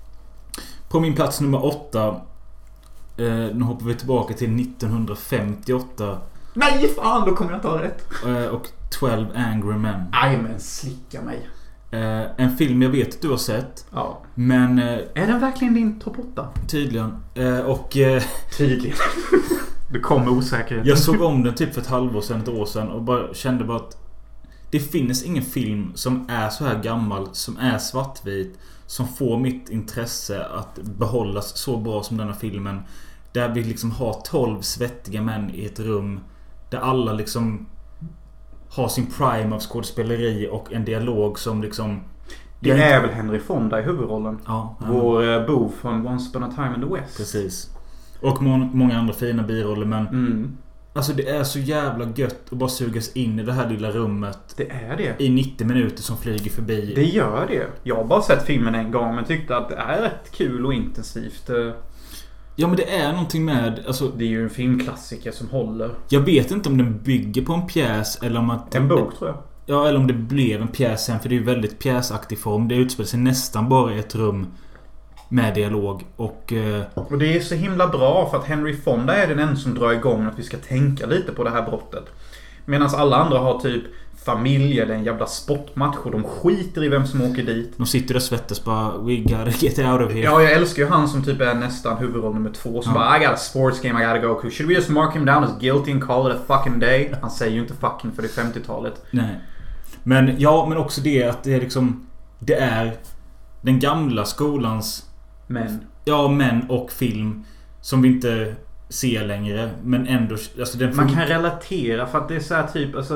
På min plats nummer åtta. Eh, nu hoppar vi tillbaka till nittonhundrafemtioåtta. Nej fan, då kommer jag ta rätt. Eh, och twelve Angry Men. Aj men slicka mig. Eh, en film jag vet att du har sett. Ja. Men eh, är den verkligen din topp åtta? Tydligen. Eh, och eh, tydligen. Det kommer osäkerhet. Jag såg om den typ för ett halvår sedan, ett år sedan och bara kände bara att det finns ingen film som är så här gammal, som är svartvit, som får mitt intresse att behållas så bra som denna filmen. Där vi liksom har tolv svettiga män i ett rum där alla liksom har sin prime av skådespeleri och en dialog som liksom... Det är väl Henry Fonda i huvudrollen. Ja, ja. Vår bov från Once Upon a Time in the West. Precis. Och må- många andra fina biroller, men mm. alltså det är så jävla gött att bara sugas in i det här lilla rummet. Det är det. I nittio minuter som flyger förbi. Det gör det. Jag har bara sett filmen en gång men tyckte att det är rätt kul och intensivt. Ja, men det är någonting med alltså, det är ju en filmklassiker som håller. Jag vet inte om den bygger på en pjäs eller om att... En bok tror jag. Ja, eller om det blev en pjäs sen, för det är ju väldigt pjäsaktig form. Det utspelar sig nästan bara i ett rum med dialog och, eh... och det är så himla bra för att Henry Fonda är den enda som drar igång att vi ska tänka lite på det här brottet. Medan alla andra har typ familj eller en jävla sportmatch och de skiter i vem som åker dit. De sitter och svettas bara, we gotta get out of here. Ja, jag älskar ju han som typ är nästan huvudroll nummer två som ja. bara, I got a sports game I gotta go to. Should we just mark him down as guilty and call it a fucking day? Han säger ju inte fucking för det är femtiotalet. Nej. Men ja, men också det att det är liksom, det är den gamla skolans män. Ja, män och film som vi inte ser längre, men ändå alltså den man kan relatera för att det är så här typ alltså,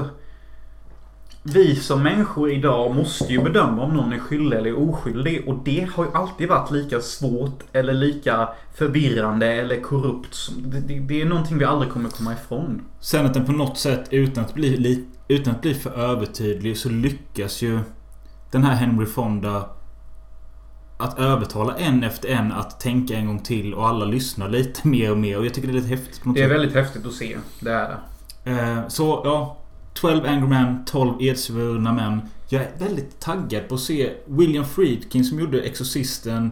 vi som människor idag måste ju bedöma om någon är skyldig eller oskyldig, och det har ju alltid varit lika svårt eller lika förvirrande eller korrupt. Det, det, det är någonting vi aldrig kommer komma ifrån. Sen att den på något sätt utan att bli, utan att bli för övertydlig så lyckas ju den här Henry Fonda att övertala en efter en att tänka en gång till, och alla lyssnar lite mer och mer, och jag tycker det är lite häftigt på något Det är sätt. väldigt häftigt att se, det är det. Eh, så ja, twelve Angry Men, tolv edsvurna män. Jag är väldigt taggad på att se William Friedkin som gjorde Exorcisten,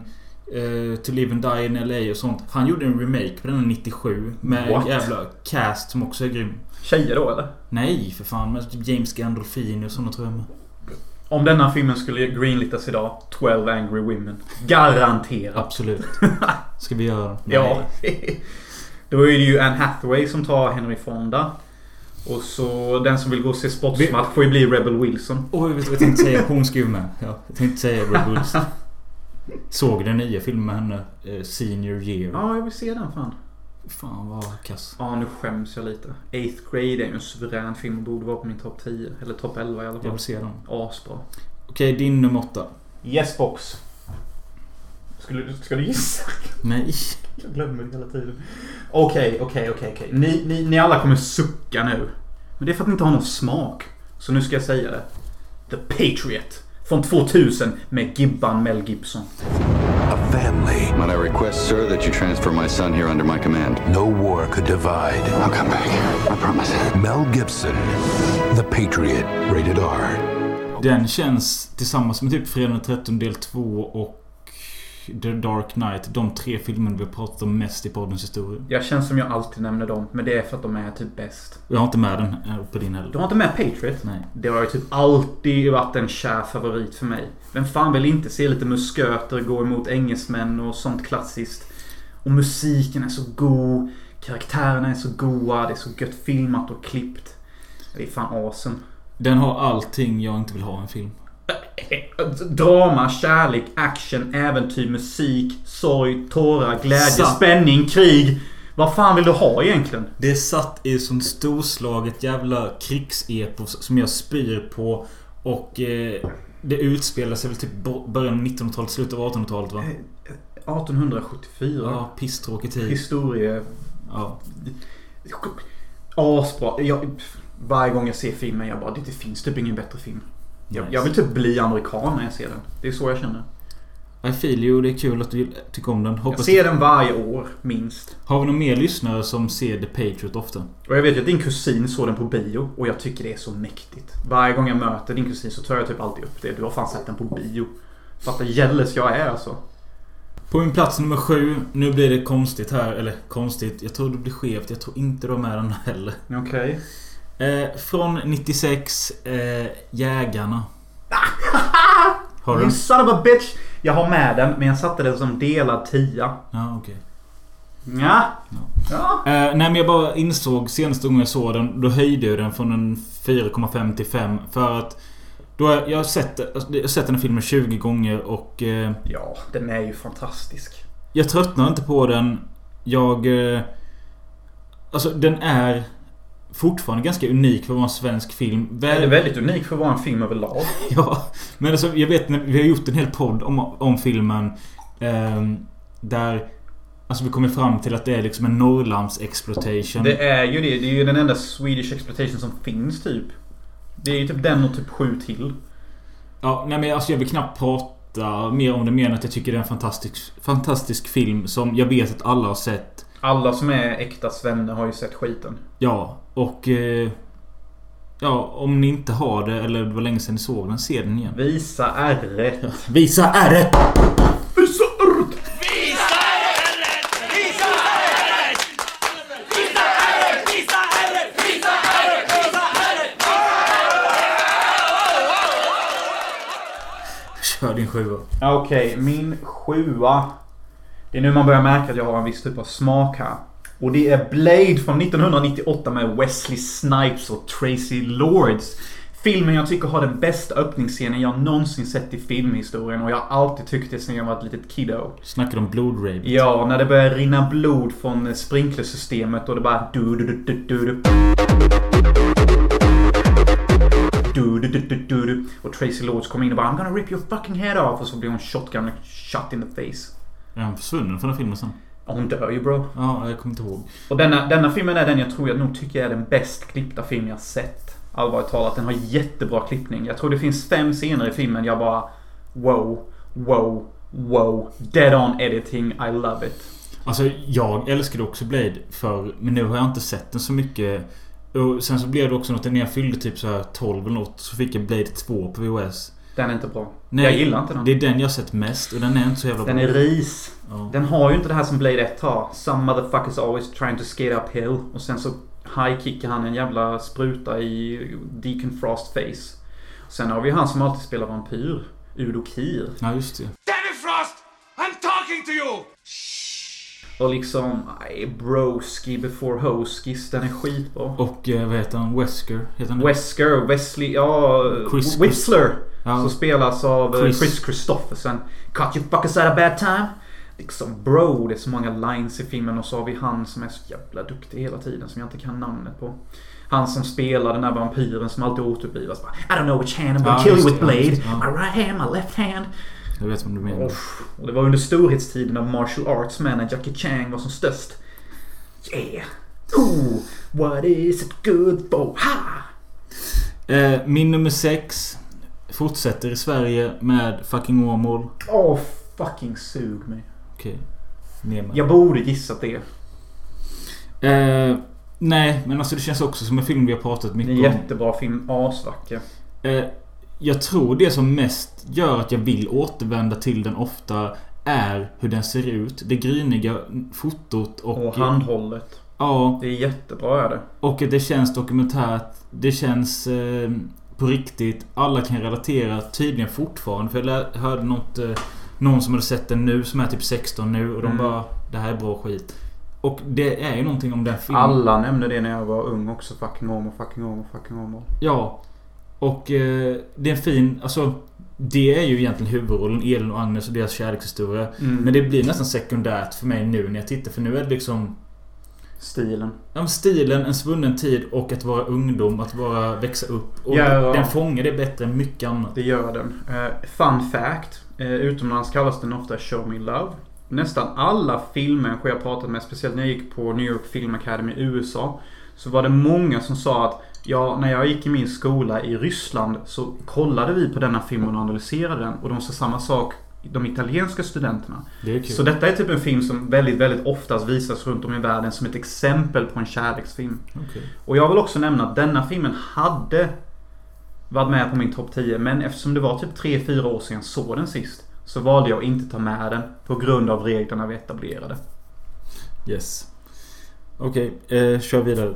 uh, To Live and Die in L A och sånt. Han gjorde en remake på den nittiosju med What? en jävla cast som också är grym. Tjejer då eller? Nej, för fan. Men typ James Gandolfini och sådana tror jag med. Om denna filmen skulle greenlitas idag, twelve Angry Women. Garanterat. Absolut. Ska vi göra? Ja. Då är det ju Anne Hathaway som tar Henry Fonda. Och så den som vill gå och se sportsmatch får ju bli Rebel Wilson. Oj, vet du vad jag tänkte säga? Hon ska ju med. Ja, jag tänkte säga Rebel Wilson. Såg den nya filmen med henne, eh, Senior Year. Ja, jag vill se den fan. Fan vad kass. Ja, nu skäms jag lite. Eighth Grade är ju en suverän film och borde vara på min topp tio. Eller topp elva i alla fall. Jag vill se den. Asbra. Okej, din nummer åtta. Yes box. Skulle du, ska du gissa? Nej. Jag glömmer det hela tiden. Okej, okej, okej, okej. Ni, ni, ni alla kommer sucka nu. Men det är för att ni inte har någon smak. Så nu ska jag säga det. The Patriot. Från tvåtusen med Gibban Mel Gibson. A family. Might I request, sir, that you transfer my son here under my command? No war could divide. I'll come back. I promise. Mel Gibson. The Patriot. Rated R. Den känns tillsammans med typ Fredag den trettonde del två och The Dark Knight, de tre filmerna vi har pratat om mest i poddens historia. Jag känns som jag alltid nämner dem. Men det är för att de är typ bäst. Jag har inte med den på din heller. Du har inte med Patriot? Nej. Det har ju typ alltid varit en kär favorit för mig. Vem fan vill inte se lite musköter gå emot engelsmän och sånt klassiskt. Och musiken är så god. Karaktärerna är så goa. Det är så gött filmat och klippt. Det är fan awesome. Den har allting jag inte vill ha i en film. Drama, kärlek, action, äventyr, musik, sorg, tårar, glädje, Satt. spänning, krig. Vad fan vill du ha egentligen? Det är satt i sån storslaget jävla krigsepos som jag spyr på. Och eh, det utspelar sig väl typ början av nittonhundratalet, slutet av artonhundratalet va? arton sjuttiofyra. Ja, pisstråkig tid. Historia. Ja. Asbra. Jag, varje gång jag ser filmen jag bara, det finns typ ingen bättre film. Jag, Nice. jag vill typ bli amerikan när jag ser den. Det är så jag känner. I feel you, det är kul att du tycker om den. Hoppas Jag ser den varje år, minst. Har vi någon mer lyssnare som ser The Patriot ofta? Och jag vet ju att din kusin såg den på bio. Och jag tycker det är så mäktigt. Varje gång jag möter din kusin så tar jag typ alltid upp det. Du har fan sett den på bio. Fattar jealous jag är alltså. På min plats nummer sju. Nu blir det konstigt här. Eller konstigt, jag tror det blir skevt. Jag tror inte du har med den heller. Okej. eh, Från nittiosex eh, Jägarna. Har du You den? son of a bitch. Jag har med den, men jag satte den som delad tia. Ja, okej. Ja. Ja. Eh, nej men jag bara insåg senaste gången jag såg den. Då höjde jag den från en fyra komma fem till fem. För att då har jag har sett, jag har sett den här filmen tjugo gånger. Och eh, Ja, den är ju fantastisk. jag tröttnar inte på den. Jag eh, Alltså den är fortfarande ganska unik för att vara en svensk film. Den är väldigt unik för att vara en film överlag. Ja, men alltså jag vet när vi har gjort en hel podd om, om filmen eh, där alltså vi kommer fram till att det är liksom en Norrlands exploitation. Det är ju det. Det är ju den enda Swedish exploitation som finns typ. Det är ju typ den och typ sju till. Ja, nej men alltså jag vill knappt prata mer om det, mer än att jag tycker det är en fantastisk, fantastisk film som jag vet att alla har sett. Alla som är äkta svenne har ju sett skiten. Ja, och eh, ja, om ni inte har det eller det var länge sedan ni såg den, se den igen. Visa ärret. Ja. Visa ärret! Visa ärret! Kör din sjua. Okej, okay, min sjua. Det är nu man börjar märka att jag har en viss typ av smak här. Och det är Blade från nittonhundranittioåtta med Wesley Snipes och Tracy Lords. Filmen jag tycker har den bästa öppningsscenen jag någonsin sett i filmhistorien. Och jag har alltid tyckt det sedan jag var ett litet kiddo. Snackar om blodrape. Ja, när det börjar rinna blod från sprinklersystemet och det bara du du du du du du du du du du du och Tracy Lords kommer in och bara I'm gonna rip your fucking head off. Och så blir hon shotgun shot in the face. Är han försvunnen från den filmen sen? Ja, hon dör ju bro. Ja, jag kommer inte ihåg. Och denna, denna filmen är den jag tror jag nog tycker är den bäst klippta film jag sett. Allvarligt talat, den har jättebra klippning. Jag tror det finns fem scener i filmen jag bara wow, wow, wow. Dead on editing, I love it. Alltså jag älskade också Blade för, men nu har jag inte sett den så mycket. Och sen så blev det också något när jag fyllde typ så här tolv eller något, så fick jag Blade två på V H S. Den är inte bra. Nej, jag gillar inte den. Det är den jag sett mest och den är inte så jävla den bra. Den är ris. Ja. Den har ju inte det här som Blade ett har. Some motherfuckers always trying to skate uphill. Och sen så high-kickar han en jävla spruta i Deacon Frost face. Sen har vi han som alltid spelar vampyr. Udo Kier. Ja, just det. Danny Frost! I'm talking to you! Och liksom, nej, Broski before Hoskis, den är skitbra. Och eh, vad heter han? Wesker? Heter han det? Wesker, Wesley, ja, Chris, Whistler. Ja. Som spelas av Chris. Chris Christopherson. Caught you fuckers at a bad time. Liksom, bro, det är så många lines i filmen. Och så har vi han som är så jävla duktig hela tiden, som jag inte kan namnet på. Han som spelar den där vampyren som alltid återupplivas. I don't know which hand I'm gonna ja, kill you with det, blade. ja. My right hand, my left hand. Jag vet vad du menar. Off. Och det var under storhetstiden av martial arts, men när Jackie Chan var som störst. Yeah. Ooh, what is it good for? Ha! Eh, min nummer sex fortsätter i Sverige med fucking Åmål. Åh, oh, fucking sug mig. Okej. Okay. Jag borde gissat det. Eh, nej, men alltså det känns också som en film vi har pratat mycket om. Det är en jättebra film, asvacker. Eh, jag tror det som mest gör att jag vill återvända till den ofta är hur den ser ut. Det gryniga fotot och, och handhållet. Ja. Det är jättebra är det. Och det känns dokumentärt. Det känns eh, på riktigt. Alla kan relatera tydligen fortfarande. För jag hörde något, eh, någon som hade sett den nu som är typ sexton nu. Och de mm. bara, det här är bra skit. Och det är ju någonting om den filmen. Alla nämnde det när jag var ung också. Fucking Åmål, fucking Åmål, fucking Åmål. Ja. Och eh, det är en fin, alltså det är ju egentligen huvudrollen, Elin och Agnes och deras kärlekshistoria. Mm. Men det blir nästan sekundärt för mig nu när jag tittar. För nu är det liksom stilen. Ja, stilen, en svunnen tid och att vara ungdom, att vara växa upp. Och ja, den fångar det bättre än mycket annat. Det gör den. Uh, fun fact. Uh, utomlands kallas den ofta Show Me Love. Nästan alla filmmänniskor jag pratat med, speciellt när jag gick på New York Film Academy i U S A, så var det många som sa att ja, när jag gick i min skola i Ryssland så kollade vi på denna filmen och analyserade den. Och de sa samma sak, de italienska studenterna. Det är kul. Så detta är typ en film som väldigt, väldigt oftast visas runt om i världen som ett exempel på en kärleksfilm. Okay. Och jag vill också nämna att denna filmen hade varit med på min topp tio. Men eftersom det var typ tre fyra år sedan jag såg den sist, så valde jag inte ta med den på grund av reglerna vi etablerade. Yes. Okej, okay, eh, kör vidare.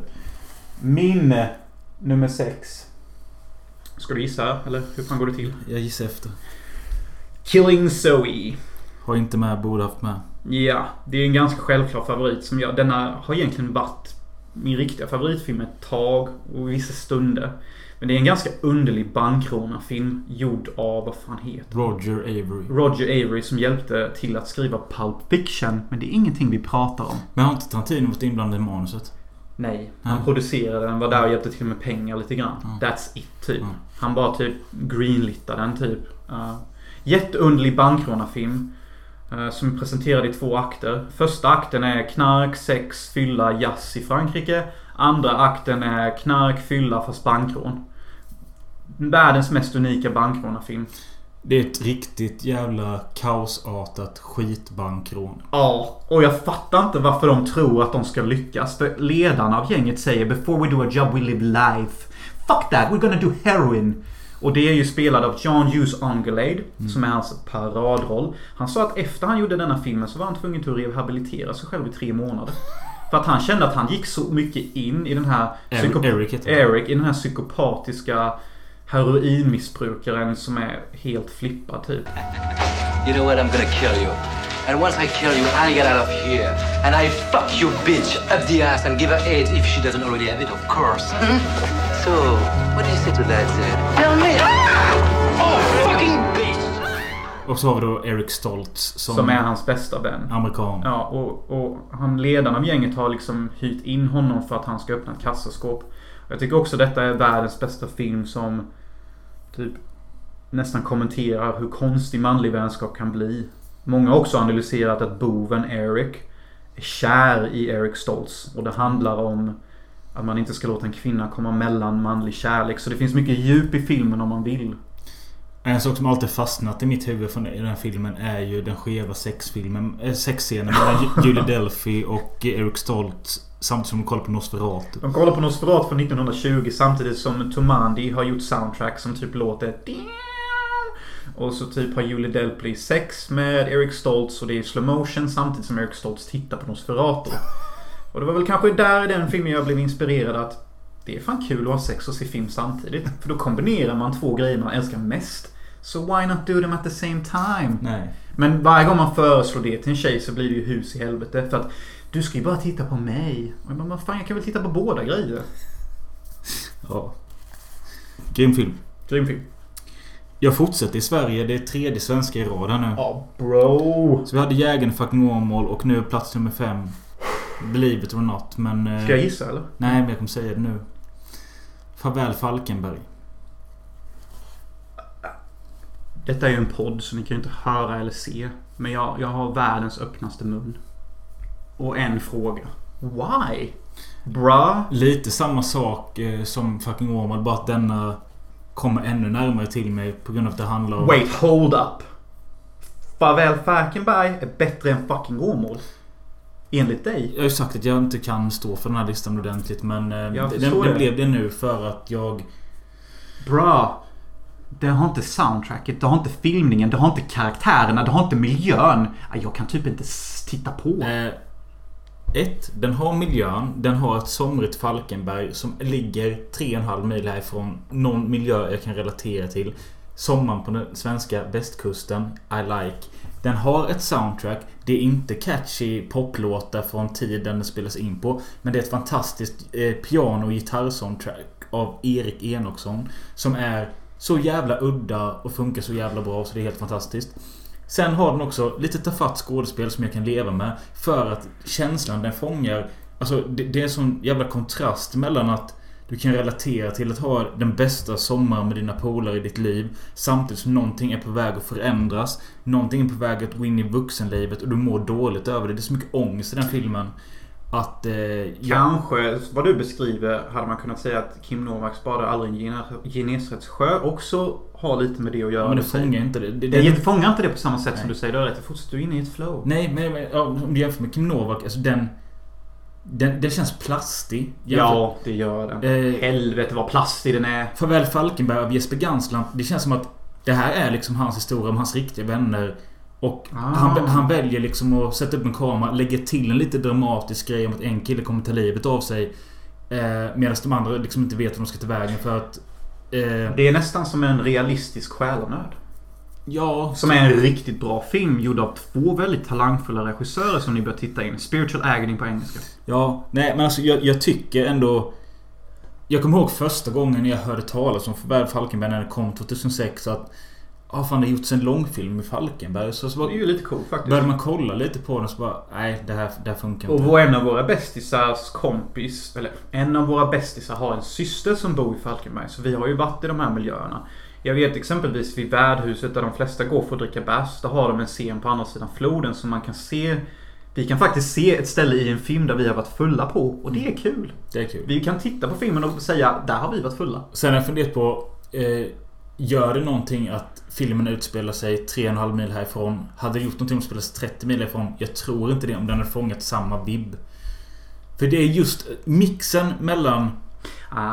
Min nummer sex. Ska du gissa, eller hur fan går det till? Jag gissar efter. Killing Zoe. Har inte med, borde haft med. Ja, det är en ganska självklar favorit som jag, denna har egentligen varit min riktiga favoritfilm ett tag och vissa stunder. Men det är en ganska underlig bankrånarfilm gjord av, vad fan heter Roger Avery. Roger Avery som hjälpte till att skriva Pulp Fiction. Men det är ingenting vi pratar om. Men har inte Tarantino varit inblandad i manuset? Nej, han ja. producerade den, var där och hjälpte till med pengar lite grann. Ja. That's it, typ. Ja. Han bara typ greenlittade den, typ. Uh, jätteunderlig bankrånarfilm. Uh, som presenterade i två akter. Första akten är knark, sex, fylla, jazz i Frankrike. Andra akten är knark, fylla fast bankrån. Världens mest unika bankrånarfilm. Det är ett riktigt jävla kaosartat skitbankrån. Ja, och jag fattar inte varför de tror att de ska lyckas. För ledarna av gänget säger before we do a job we live life. Fuck that, we're gonna do heroin. Och det är ju spelad av John Hughes Anglade, mm. som är hans paradroll. Han sa att efter han gjorde denna filmen så var han tvungen till att rehabilitera sig själv i tre månader. För att han kände att han gick så mycket in i den här psykop- Eric, Eric i den här psykopatiska heroinmissbrukaren som är helt flippad typ. You know what, I'm gonna kill you. And once I kill you, I get out of here. And I fuck you bitch up the ass and give her AIDS if she doesn't already have it, of course. So, what do you say to that, Zed? Tell me! Oh, fucking bitch! Och så har vi då Eric Stoltz som, som är hans bästa vän. Amerikan. Ja, och, och han, ledaren av gänget har liksom hyrt in honom för att han ska öppna ett kassaskåp. Jag tycker också detta är världens bästa film som typ nästan kommenterar hur konstig manlig vänskap kan bli. Många har också analyserat att boven Eric är kär i Eric Stoltz. Och det handlar om att man inte ska låta en kvinna komma mellan manlig kärlek. Så det finns mycket djup i filmen om man vill. En sak som alltid fastnat i mitt huvud från den här filmen är ju den skeva sexfilmen, äh, sexscenen mellan Julie Delpy och Eric Stoltz samtidigt som de kollar på Nosferatu. De kollar på Nosferatu från nittonhundratjugo samtidigt som Tomandi har gjort soundtrack som typ låter Och så typ har Julie Delpy sex med Eric Stoltz och det är slow motion samtidigt som Eric Stoltz tittar på Nosferatu. Och det var väl kanske där i den filmen jag blev inspirerad att det är fan kul att ha sex och se film samtidigt. För då kombinerar man två grejer man älskar mest. So why not do them at the same time? Nej. Men varje gång man föreslår det till en tjej så blir det ju hus i helvete. För att du ska ju bara titta på mig. Och jag bara, fan jag kan väl titta på båda grejer. Ja. Grym film. Grym film. Jag fortsätter i Sverige. Det är tredje svenska i raden nu. Ja, bro. Så vi hade Jägaren fucking Åmål och nu plats nummer fem. Believe it or not. Men, ska jag gissa eller? Nej, men jag kommer säga det nu. Farväl Falkenberg. Detta är ju en podd så ni kan ju inte höra eller se. Men jag, jag har världens öppnaste mun. Och en fråga. Why? Bra. Lite samma sak eh, som fucking Åmål. Bara att denna kommer ännu närmare till mig på grund av att det handlar om... Wait, hold up. Farväl Falkenberg är bättre än fucking Åmål. Enligt dig. Jag har ju sagt att jag inte kan stå för den här listan ordentligt. Men eh, det, det. det blev det nu för att jag... Bra. Det har inte soundtracket, det har inte filmningen, det har inte karaktärerna, det har inte miljön. Jag kan typ inte titta på. Eh, ett, den har miljön. Den har ett somrigt Falkenberg som ligger tre och en halv mil härifrån. Någon miljö jag kan relatera till. Sommaren på den svenska västkusten. I like. Den har ett soundtrack. Det är inte catchy poplåtar från tiden den spelas in på. Men det är ett fantastiskt eh, piano- och gitarrsoundtrack av Erik Enoksson. Som är så jävla udda och funkar så jävla bra så det är helt fantastiskt. Sen har den också lite tafatt skådespel som jag kan leva med. För att känslan den fångar... Alltså det, det är en sån jävla kontrast mellan att du kan relatera till att ha den bästa sommaren med dina polare i ditt liv. Samtidigt som någonting är på väg att förändras. Någonting är på väg att gå in i vuxenlivet och du mår dåligt över det. Det är så mycket ångest i den filmen. Att, eh, Kanske, vad du beskriver hade man kunnat säga att Kim Novak spadar aldrig en Genesarets sjö också har lite med det att göra. Men det fångar inte det. Det, det, det fångar inte det på samma sätt nej. Som du säger. Du har rätt, det fortsätter du inne i ett flow. Nej, men, men ja, om du jämför med Kim Novak, alltså den, den, den känns plastig. Jämför, ja, det gör den. Eh, Helvete vad plastig den är. Farväl Falkenberg av Jesper Gansland. Det känns som att det här är liksom hans historia om hans riktiga vänner. Och ah. han, han väljer liksom att sätta upp en kamera, lägga till en lite dramatisk grej om att en kille kommer ta livet av sig. Eh, medan de andra liksom inte vet vad de ska ta vägen för att... Eh, det är nästan som en realistisk själanöd. Ja. Som är en riktigt bra film gjord av två väldigt talangfulla regissörer som ni bör titta in. Spiritual Agony på engelska. Ja, nej men alltså jag, jag tycker ändå... Jag kommer ihåg första gången jag hörde talas om Farväl Falkenberg när det kom tjugohundrasex att... Ja, fan det har gjorts en långfilm i Falkenberg. Så, så bara, det är ju lite coolt faktiskt. Började man kolla lite på den så bara, nej det här, det här funkar och inte. Och en av våra bästisars kompis, eller en av våra bästisar har en syster som bor i Falkenberg. Så vi har ju varit i de här miljöerna. Jag vet exempelvis vid värdhuset där de flesta går för att dricka bärs. Där har de en scen på andra sidan floden som man kan se. Vi kan faktiskt se ett ställe i en film där vi har varit fulla på. Och det är kul. Det är kul. Vi kan titta på filmen och säga, där har vi varit fulla. Sen har jag funderat på... Eh, gör det någonting att filmen utspelar sig tre och en halv mil härifrån? Hade det gjort någonting om det spelas trettio mil härifrån? Jag tror inte det om den hade fångat samma vibb. För det är just mixen mellan ah.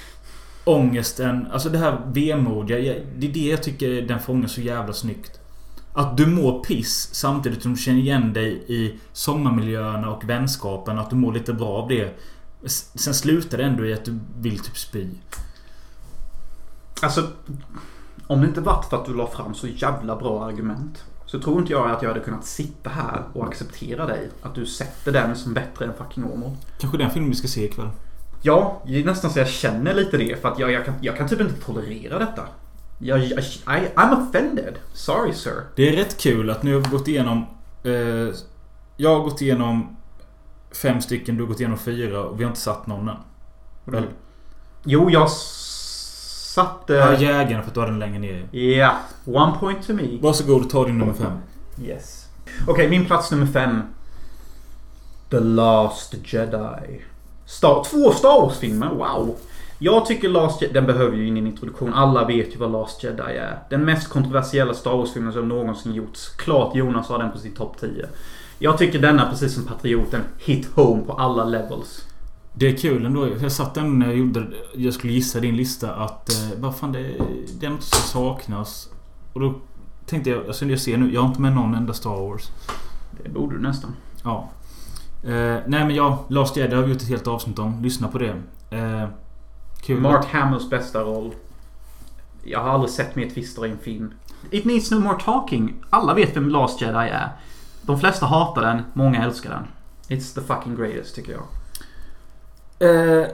ångesten, alltså det här vemodiga. Det är det jag tycker den fångar så jävla snyggt. Att du mår piss samtidigt som du känner igen dig i sommarmiljöerna och vänskapen. Att du mår lite bra av det. Sen slutar det ändå i att du vill typ spy. Alltså, om det inte varit för att du la fram så jävla bra argument så tror inte jag att jag hade kunnat sitta här och acceptera dig. Att du sätter den som bättre än fucking Åmål. Kanske den filmen vi ska se ikväll. Ja, det är nästan så jag känner lite det. För att jag, jag, kan, jag kan typ inte tolerera detta. Jag, jag, I, I'm offended. Sorry sir. Det är rätt kul att nu har vi gått igenom eh, jag har gått igenom fem stycken, du har gått igenom fyra och vi har inte satt någon än. Väl? Mm. Jo, jag satte... Ja, Jägaren för att du har den längre ner. Ja, yeah. One point to me. Varsågod, ta din nummer fem. Yes. Okej, okay, min plats nummer fem. The Last Jedi. Star, två Star Wars-filmer, wow. Jag tycker Last Jedi, den behöver ju in i en introduktion. Alla vet ju vad Last Jedi är. Den mest kontroversiella Star Wars-filmen som någonsin gjorts. Klart Jonas har den på sin topp tio. Jag tycker denna, precis som Patrioten, hit home på alla levels. Det är kul ändå. Jag satt den när jag gjorde, jag skulle gissa din lista att eh, vad fan det, det är något som saknas. Och då tänkte jag, alltså jag ser nu, jag har inte med någon enda Star Wars. Det borde du nästan. Ja. Eh, nej men ja, Last Jedi har vi gjort ett helt avsnitt om. Lyssna på det. Eh, kul. Mark Hamills bästa roll. Jag har aldrig sett mer twister i en film. It needs no more talking. Alla vet vem Last Jedi är. De flesta hatar den, många älskar den. It's the fucking greatest, tycker jag. Eh,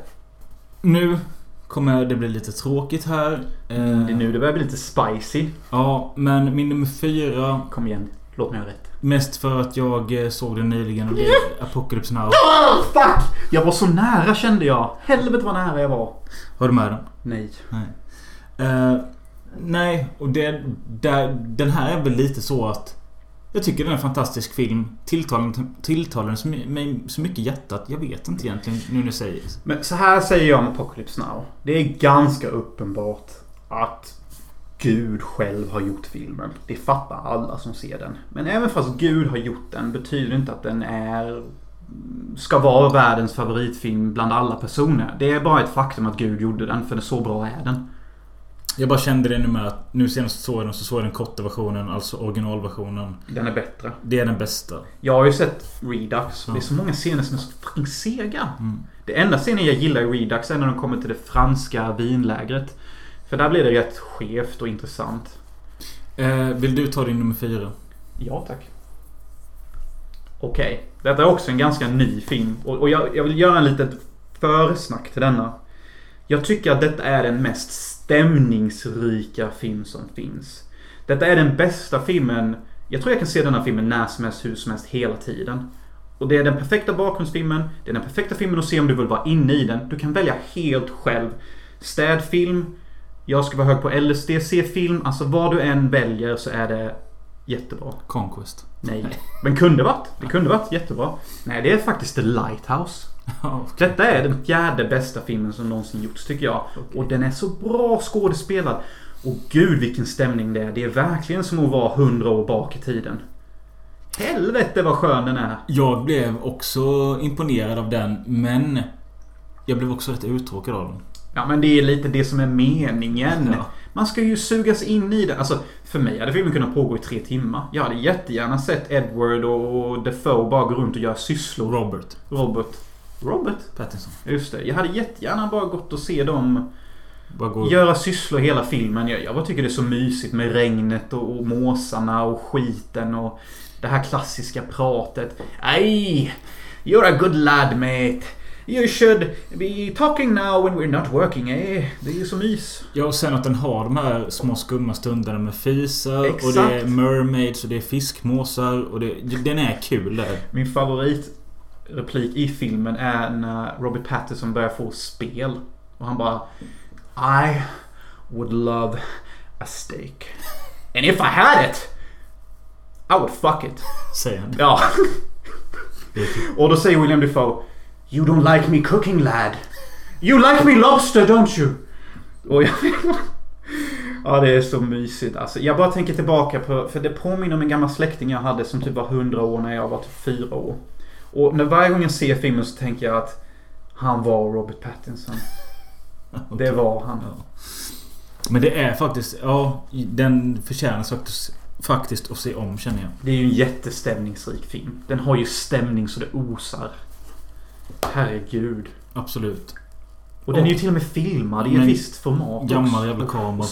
nu kommer det bli lite tråkigt här. Eh, Det är nu det börjar bli lite spicy. Ja, men min nummer fyra. Kom igen, låt mig ha rätt. Mest för att jag eh, såg den nyligen och det är Apocalypse Now. Oh, fuck! Jag var så nära, kände jag. Helvete vad nära jag var. Har du med den? Nej. Nej. Eh, nej, och det, där, den här är väl lite så att jag tycker den är en fantastisk film. Tilltalar, tilltalar den så, mig så mycket hjärtat. Jag vet inte egentligen nu när jag säger det. Men så här säger jag om Apocalypse Now. Det är ganska uppenbart att Gud själv har gjort filmen. Det fattar alla som ser den. Men även fast Gud har gjort den betyder det inte att den är ska vara världens favoritfilm bland alla personer. Det är bara ett faktum att Gud gjorde den, för det så bra är den. Jag bara kände det nu med att nu senast såg jag den så såg jag den korta versionen, alltså originalversionen. Den är bättre. Det är den bästa. Jag har ju sett Redux. Ja. Det är så många scener som är så fucking sega. Mm. Det enda scenen jag gillar i Redux är när de kommer till det franska vinlägret. För där blir det rätt skevt och intressant. Eh, vill du ta din nummer fyra? Ja, tack. Okej. Okay. Detta är också en ganska ny film. Och, och jag, jag vill göra en litet försnack till denna. Jag tycker att detta är den mest stämningsrika film som finns. Detta är den bästa filmen. Jag tror jag kan se denna filmen när som helst, hur som helst, hela tiden. Och det är den perfekta bakgrundsfilmen. Det är den perfekta filmen att se om du vill vara inne i den. Du kan välja helt själv. Städfilm. Jag ska vara hög på L S D C-film. Alltså vad du än väljer så är det jättebra. Conquest. Nej. Men kunde varit. Det kunde varit jättebra. Nej, det är faktiskt The Lighthouse. Detta är den fjärde bästa filmen som någonsin gjorts, tycker jag. Okay. Och den är så bra skådespelad. Och gud vilken stämning det är. Det är verkligen som att vara hundra år bak i tiden. Helvete vad skön den är. Jag blev också imponerad av den, men jag blev också rätt uttråkad av den. Ja, men det är lite det som är meningen. Ja. Man ska ju sugas in i det. Alltså, för mig hade filmen kunnat pågå i tre timmar. Jag hade jättegärna sett Edward och Defoe bara gå runt och göra sysslor. Robert. Robert. Robert? Pattinson. Just det. Jag hade jättegärna bara gått och se dem bara gå... göra sysslor hela filmen. Jag, jag bara tycker det är så mysigt med regnet och, och måsarna och skiten och det här klassiska pratet. Aj, you're a good lad, mate. You should be talking now when we're not working, eh? Det är ju så mys. Ja, och sen att den har de här små skumma stunderna med fisar. Exakt. Och det är mermaids och det är fiskmåsar. Och det, den är kul där. Min favoritreplik i filmen är när Robert Pattinson börjar få spel. Och han bara I would love a steak. And if I had it I would fuck it. Säger han. Ja. Och då säger William Dafoe, you don't like me cooking, lad. You like me lobster, don't you? Och jag... Ja, det är så mysigt. Alltså, jag bara tänker tillbaka på... För det påminner om en gammal släkting jag hade som typ var hundra år när jag var typ fyra år. Och när varje gång jag ser filmen så tänker jag att han var Robert Pattinson. Okay. Det var han. Ja. Men det är faktiskt... Ja, den förtjänar faktiskt, faktiskt att se om, känner jag. Det är ju en jättestämningsrik film. Den har ju stämning så det osar. Herregud. Absolut. Och den är ju till och med filmad i ett visst format. Gammal jävla kamera.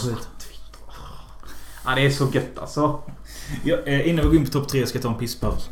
Ja, det är så gött alltså. Ja, innan vi går in på topp tre ska jag ta en pisspaus.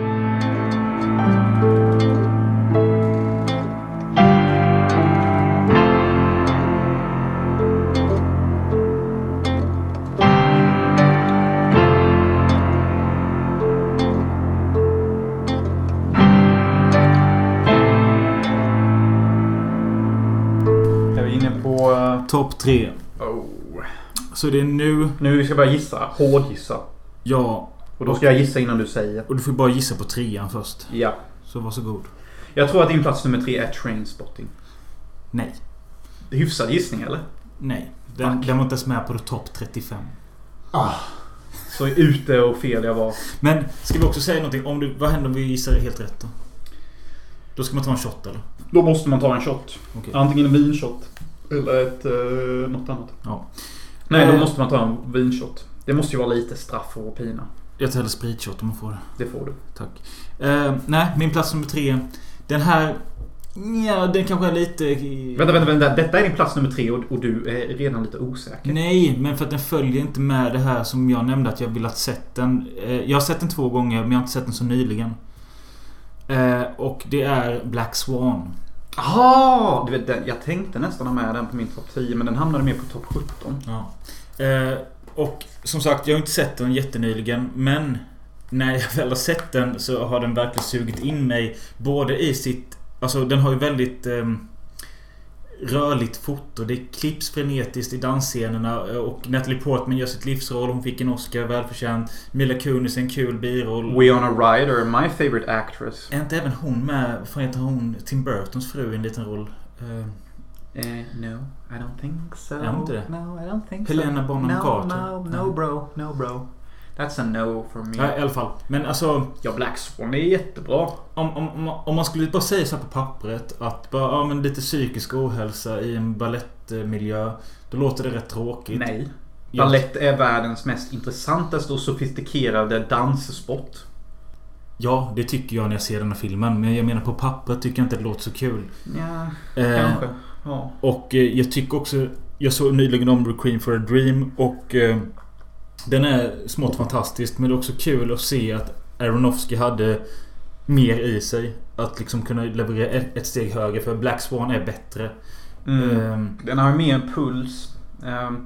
Topp tre. Oh. Så det är nu... Nu vi ska bara gissa. Hårdgissa. Ja. Och då ska jag gissa innan du säger. Och du får bara gissa på trean först. Ja. Så varsågod. Jag tror att din plats nummer tre är Trainspotting. Nej. Det är hyfsad gissning, eller? Nej. Den, den var inte ens med på topp trettiofem. Ah. Så ute och fel jag var. Men ska vi också säga någonting? Om du, vad händer om vi gissar helt rätt då? Då ska man ta en shot, eller? Då måste man ta en shot. Okay. Antingen en vinshot. Eller ett, uh, något annat. Ja. Nej, då måste man ta en vinshot. Det måste ju vara lite straff och pina. Jag tar hellre spritshot om man får det. Det får du. Tack. Uh, nej, min plats nummer tre. Den här... Ja, den kanske är lite... Vänta, vänta, vänta. Detta är din plats nummer tre och, och du är redan lite osäker. Nej, men för att den följer inte med det här som jag nämnde att jag vill ha sett den. Uh, jag har sett den två gånger, men jag har inte sett den så nyligen. Uh, och det är Black Swan. Ah, du vet, den, jag tänkte nästan ha med den på min topp tio, men den hamnade med på topp sjutton. Ja. Uh, och som sagt, jag har inte sett den jättenyligen, men när jag väl har sett den så har den verkligen sugit in mig. Både i sitt... Alltså den har ju väldigt um, rörligt foto. Det klipps frenetiskt i dansscenerna. Och Natalie Portman gör sitt livsroll. Hon fick en Oscar, välförtjänt. Mila Kunis en kul biroll. Winona Ryder, my favorite actress. Är inte även hon med? Vad heter hon? Tim Burtons fru i en liten roll. Uh, uh, no, I don't think so. Är inte det? No, I don't think Helena so. Bonham no, Carter. No, no, no bro, no bro. That's a no for me. Ja, i alla fall. Men alltså... Ja, Black Swan är jättebra. Om, om, om man skulle bara säga så här på pappret att bara, ja, men lite psykisk ohälsa i en ballettmiljö, då låter det rätt tråkigt. Nej. Ballett är världens mest intressantaste och sofistikerade danssport. Ja, det tycker jag när jag ser den här filmen. Men jag menar på pappret tycker jag inte det låter så kul. Ja, eh, kanske. Ja. Och eh, jag tycker också... Jag såg nyligen om Requiem for a Dream och... Eh, den är smått fantastisk, men det är också kul att se att Aronofsky hade mer i sig att liksom kunna leverera ett, ett steg högre, för Black Swan är bättre. Mm. Um, den har mer puls. Um,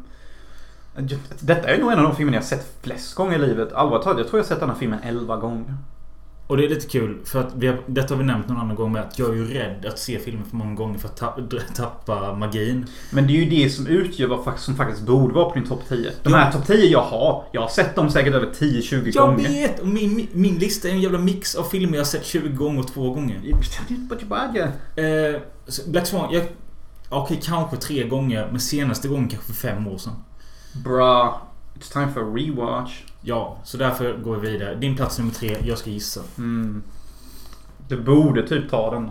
detta är nog en av de filmerna jag sett flest gånger i livet. Allvarligt talat, jag tror jag har sett den här filmen elva gånger. Och det är lite kul, för att vi har, detta har vi nämnt någon annan gång med att jag är ju rädd att se filmen för många gånger för att tappa, tappa magin. Men det är ju det som utgör vad som faktiskt borde vara på din topp tio. De här topp tio jag har, jag har sett dem säkert över tio tjugo jag gånger. Jag vet! Och min, min lista är en jävla mix av filmer jag har sett tjugo gånger och två gånger. eh, Black Swan, jag, okej, kanske tre gånger, men senaste gången kanske för fem år sedan. Bra, it's time for a rewatch. Ja, så därför går vi vidare. Din plats nummer tre, jag ska gissa. Mm. Du borde typ ta den.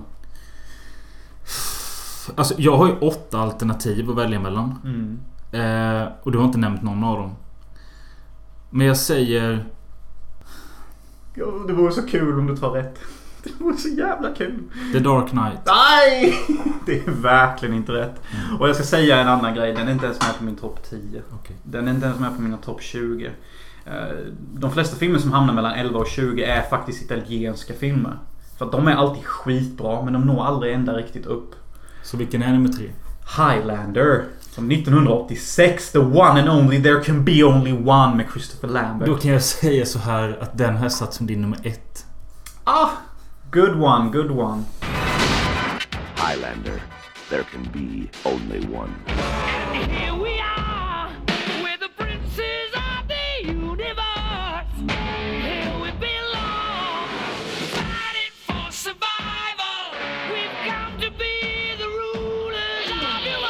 Alltså, jag har ju åtta alternativ att välja mellan. Mm. Eh, och du har inte nämnt någon av dem. Men jag säger... Ja, det vore så kul om du tar rätt. Det vore så jävla kul. The Dark Knight. Nej! Det är verkligen inte rätt. Mm. Och jag ska säga en annan grej. Den är inte ens med på min topp tio. Okay. Den är inte ens med på mina topp tjugo. De flesta filmer som hamnar mellan elva och tjugo är faktiskt italienska filmer. För att de är alltid skitbra, men de når aldrig ända riktigt upp. Så vilken är nummer tre? Highlander. Som nittonhundraåttiosex. The one and only There Can Be Only One med Christopher Lambert. Då kan jag säga så här att den här satt som din nummer ett. Ah! Good one, good one. Highlander. There can be only one. And here we are, we're the princes of the universe. Here we belong, fighting for survival. We've come to be the rulers of your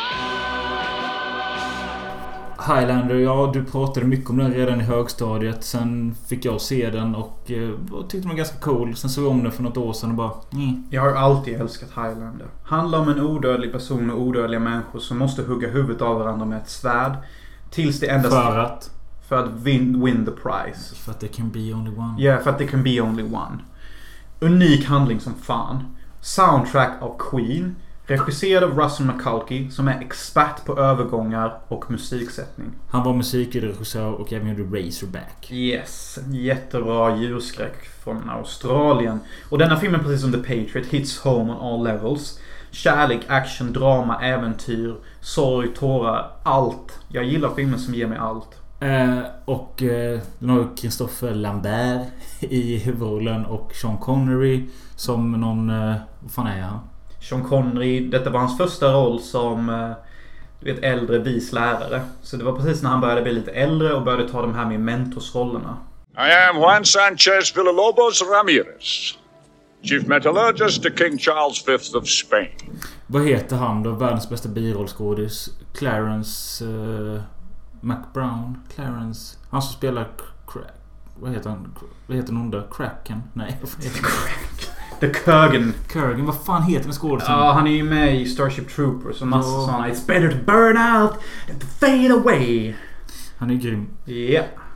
world. Highlander, ja, du pratade mycket om den redan i högstadiet. Sen fick jag se den och eh, tyckte den var ganska cool. Sen såg jag om den för något år sedan och bara... Mm. Jag har alltid älskat Highlander. Handlar om en odödlig person och odödliga människor som måste hugga huvudet av varandra med ett svärd. Tills det endast... För att? För att win, win the prize. För att det can be only one. Ja, yeah, för att det can be only one. Unik handling som fan. Soundtrack av Queen. Regisserad av Russell McCulkey, som är expert på övergångar och musiksättning. Han var musikregissör och även gjorde Razorback. Yes, jättebra djurskräck från Australien. Och denna filmen, precis som The Patriot, hits home on all levels. Kärlek, action, drama, äventyr, sorg, tårar, allt. Jag gillar filmen som ger mig allt. Eh, och eh, den har ju Christopher Lambert i huvudrollen och Sean Connery som någon... Eh, vad fan är han? Sean Connery, detta var hans första roll som eh, du vet, äldre vis lärare. Så det var precis när han började bli lite äldre och började ta de här med mentorsrollerna. I am Juan Sanchez Villalobos Ramirez, Chief Metallurgist to King Charles fifth of Spain. Vad heter han då? Världens bästa birollskådis? Clarence uh, McBrown? Clarence... Han som spelar... Crack... Vad heter han? Vad heter någon där? Kraken? Nej, vad heter han? The Kurgan. Kurgan, vad fan heter den skådisen? Ja, han är ju med i Starship Troopers och massa sådana. It's better to burn out than to fade away. Han är grym. Ja. Yeah.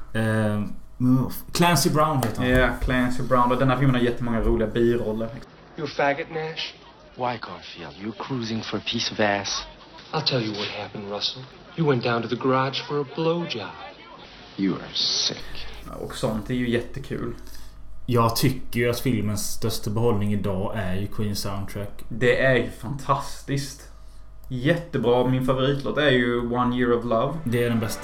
Eh, Clancy Brown heter han. Ja, yeah, Clancy Brown. Och den här filmen har jättemånga roliga biroller. You a faggot, Nash? Why, Garfield? You cruising for a piece of ass? I'll tell you what happened, Russell. You went down to the garage for a blowjob. You are sick. Och sånt är ju jättekul. Jag tycker ju att filmens största behållning idag är ju Queen soundtrack. Det är ju fantastiskt. Jättebra. Min favoritlåt är ju One Year of Love. Det är den bästa.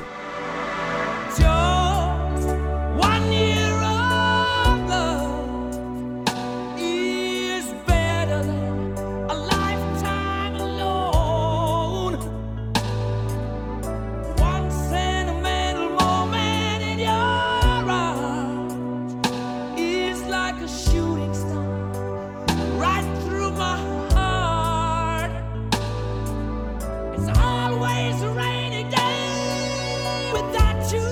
Just one year of love is better than a lifetime alone. One sentimental moment in your arms is like a shooting star right through my heart. It's always a rainy day without you.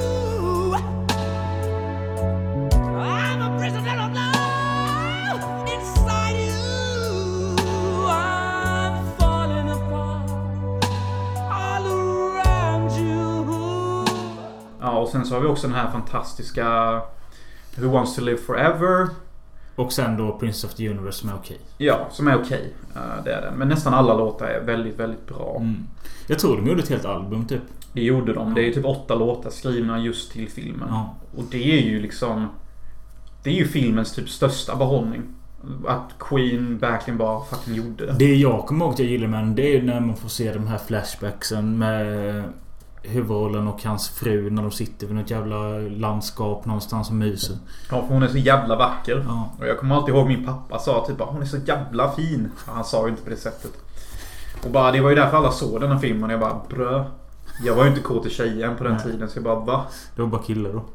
I'm a prisoner of love inside you. I'm falling apart all around you. Ja, och sen så har vi också den här fantastiska Who Wants to Live Forever. Och sen då Prince of the Universe som är okej. Ja, som är okej. Uh, det är den. Men nästan alla låtar är väldigt, väldigt bra. Mm. Jag tror de gjorde ett helt album typ. Det gjorde de. Det är ju typ åtta låtar skrivna just till filmen. Ja. Och det är ju liksom... Det är ju filmens typ största behållning. Att Queen verkligen bara fucking gjorde det. Det jag kommer ihåg att jag gillar med det är när man får se de här flashbacksen med huvudrollen och hans fru när de sitter vid något jävla landskap någonstans och myser. Ja, för hon är så jävla vacker. Ja. Och jag kommer alltid ihåg min pappa sa typ hon är så jävla fin. Han sa ju inte på det sättet. Och bara, det var ju därför alla såg den här filmen. Och jag bara, brö. Jag var ju inte kåt i tjejen på den Nej. tiden. Så jag bara, va? Det var bara killar då.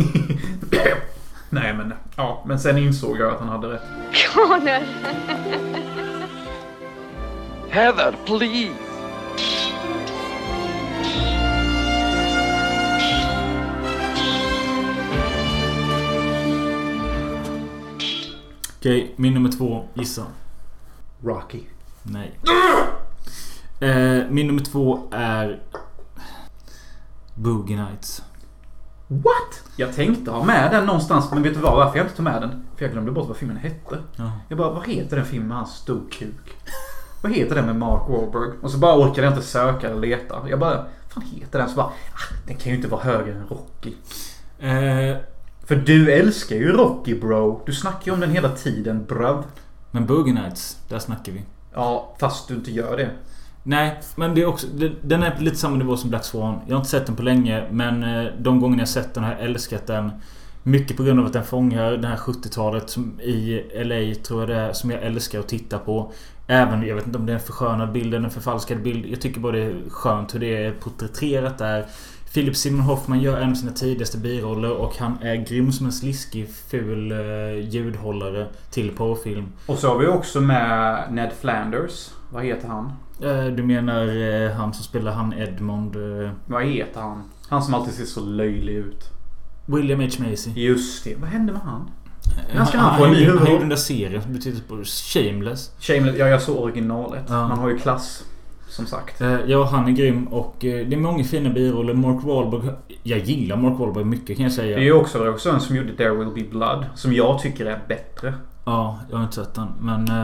Nej men, ja. Men sen insåg jag att han hade rätt. Connor! Heather, please! Okej, min nummer två. Gissa. Rocky. Nej. eh, min nummer två är Boogie Nights. What? Jag tänkte ha med den någonstans. Men vet du vad? Varför jag inte tog med den? För jag glömde bort vad filmen hette. Ja. Jag bara, vad heter den filmen med hans stor kuk? Vad heter den med Mark Wahlberg? Och så bara orkade jag inte söka eller leta. Jag bara, vad fan heter den? Så bara, ah, den kan ju inte vara högre än Rocky. Eh, För du älskar ju Rocky, bro. Du snackar ju om den hela tiden, bruv. men Boogie Nights, där snackar vi. Ja, fast du inte gör det. Nej, men det är också det, den är på lite samma nivå som Black Swan. Jag har inte sett den på länge, men eh, de gånger jag sett den har jag älskat den. Mycket på grund av att den fångar det här sjuttiotalet som i L A tror jag det är, som jag älskar att titta på. Även, jag vet inte om det är en förskönad bild eller en förfalskad bild. Jag tycker bara det är skönt hur det är porträtterat där. Philip Seymour Hoffman gör en av sina tidigaste biroller och han är grym som en sliskig, ful eh, ljudhållare till porrfilm. Och så har vi också med Ned Flanders. Vad heter han? Eh, du menar eh, han som spelar han Edmond? Eh, Vad heter han? Han som alltid ser så löjlig ut. William H. Macy. Just det. Vad hände med han? Han, ska han, han få en han, ny han huvudroll? gjorde den där serien som betyder på Shameless. Shameless. Ja, jag såg originalet. Ja. Man har ju klass. Som sagt. Eh, ja, han är grym och eh, det är många fina biroller. Mark Wahlberg. Jag gillar Mark Wahlberg mycket kan jag säga. Det är ju också, också en som gjorde There Will Be Blood. Som jag tycker är bättre. Ja, jag har inte sett den. Men... Eh,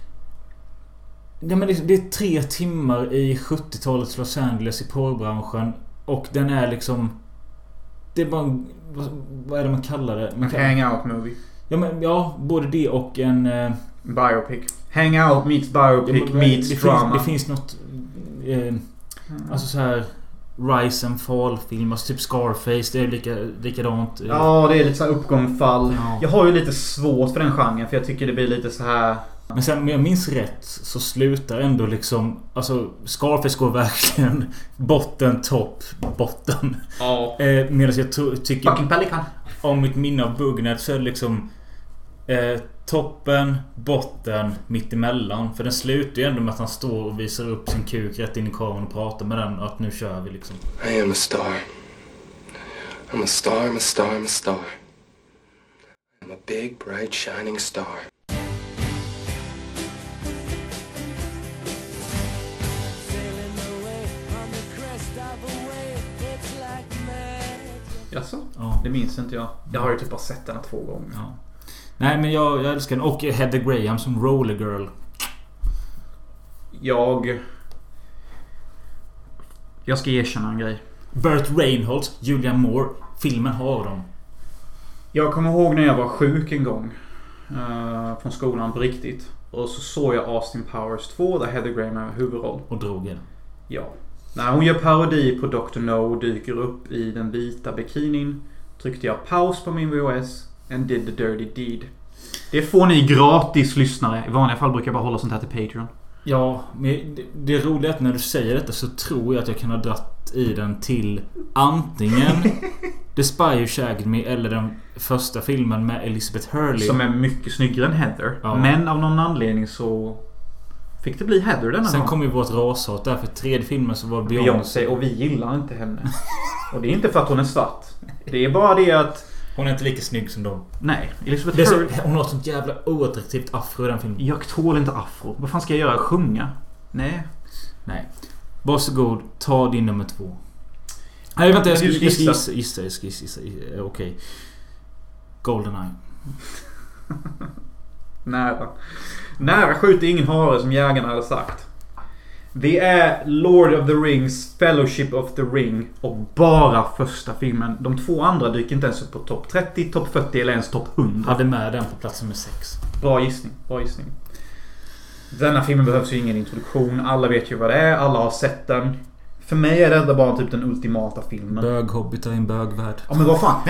ja, men det, det är tre timmar i sjuttiotalets Los Angeles i porrbranschen. Och den är liksom... Det är bara... Vad, vad är det man kallar det? Man En kallar, hangout movie. ja, men, ja, både det och en... Eh, Biopic. Hangout meets biopic ja, men, meets det drama. Finns, det finns något... Eh, alltså så här... Rise and Fall film, alltså typ Scarface. Det är lika, likadant. Ja, det är lite så här uppgång, fall. Ja. Jag har ju lite svårt för den genren. För jag tycker det blir lite så här... Men sen om jag minns rätt så slutar ändå liksom... Alltså Scarface går verkligen botten, topp, botten. Ja. Eh, medan jag to- tycker... Fucking pelikan. Om mitt minne av Bugnet så är det liksom... Eh, toppen, botten, mittemellan. För den slutar ju ändå med att han står och visar upp sin kuk rätt in i kameran och pratar med den. Och att nu kör vi liksom. I am a star. I'm a star, I'm a star, I'm a star. I'm a big, bright, shining star. Jaså? Ja. Det minns inte jag. Jag har ju typ bara sett den två gånger. Ja. Nej, men jag, jag älskar den. Och Heather Graham som Roller Girl. Jag... Jag ska erkänna en grej. Burt Reynolds, Julianne Moore. Filmen har dem. Jag kommer ihåg när jag var sjuk en gång. Uh, från skolan på riktigt. Och så såg jag Austin Powers två där Heather Graham är huvudroll. Och drog den. Ja. När hon gör parodi på doktor No och dyker upp i den vita bikinin, tryckte jag paus på min V H S and did the dirty deed. Det får ni gratis lyssnare. I vanliga fall brukar jag bara hålla sånt här till Patreon. Ja, men det, det är roligt att när du säger detta så tror jag att jag kan ha dratt i den till antingen The Spy Who Shagged Me eller den första filmen med Elizabeth Hurley. Som är mycket snyggare än Heather. Ja. Men av någon anledning så fick det bli Heather denna Sen gång. kom ju vårt rashat där för tredje filmen så var Beyoncé. Beyoncé och vi gillar inte henne. Och det är inte för att hon är svart. Det är bara det att hon är inte lika snygg som dem. Nej, Elizabeth det är så, Hurley. hon har sånt jävla oattraktivt afro i den filmen. Jag tål inte afro. Vad fan ska jag göra? Sjunga? Nej. Nej. Varsågod, ta din nummer två. Nej, vänta, jag ska, Du ska jag ska gissa. gissa. Jag ska gissa, gissa. Okej. Okay. GoldenEye. Nära. Nära skjuter ingen hare som jägarna hade sagt. Det är Lord of the Rings, Fellowship of the Ring och bara första filmen. De två andra dyker inte ens upp på topp trettio, topp fyrtio eller ens topp hundra. Hade med den på plats nummer sex. Bra gissning, bra gissning. Denna filmen behövs ju ingen introduktion. Alla vet ju vad det är, alla har sett den. För mig är det bara typ den ultimata filmen. Böghobbitar i en bögvärld. Ja, men vad fan.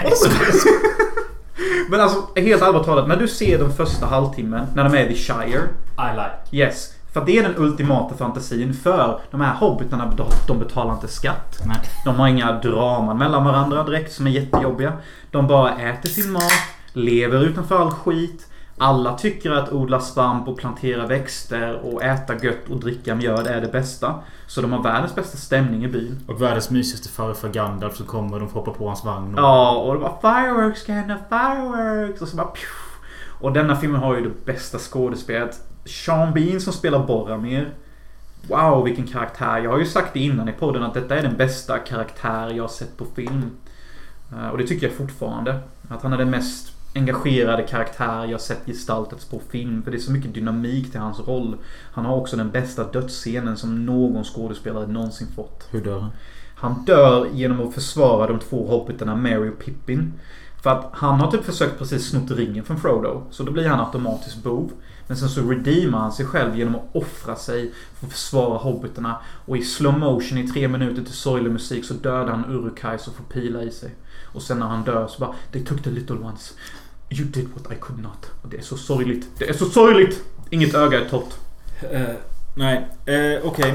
Men alltså, helt allvarligt talat, när du ser den första halvtimmen när de är i Shire, I like. Yes. För det är den ultimata fantasin. För de här hobbitarna, de betalar inte skatt. Nej. De har inga draman mellan varandra direkt som är jättejobbiga. De bara äter sin mat, lever utanför all skit. Alla tycker att odla svamp och plantera växter och äta gött och dricka mjöd är det bästa. Så de har världens bästa stämning i byn. Och världens mysigaste farfar Gandalf som kommer och de får hoppa på hans vagn. Och... Ja, och det var fireworks, kind of fireworks. Och så bara pjuff. Och denna filmen har ju det bästa skådespelet. Sean Bean som spelar Boromir. Wow, vilken karaktär. Jag har ju sagt det innan i podden att detta är den bästa karaktär jag har sett på film. Och det tycker jag fortfarande. Att han är den mest engagerade karaktär jag sett gestaltats på film. För det är så mycket dynamik till hans roll. Han har också den bästa dödsscenen som någon skådespelare någonsin fått. Hur dör han? Han dör genom att försvara de två hobbitarna Merry och Pippin. För att han har typ försökt precis snott ringen från Frodo. Så då blir han automatiskt bov. Men sen så redeemar han sig själv genom att offra sig för att försvara hobbitarna. Och i slow motion i tre minuter till sorglig musik så dödar han Uruk-hai och får pila i sig. Och sen när han dör så bara They took the little ones. You did what I could not. Och det är så sorgligt. Det är så sorgligt. Inget öga är torrt. Uh, nej, uh, okej.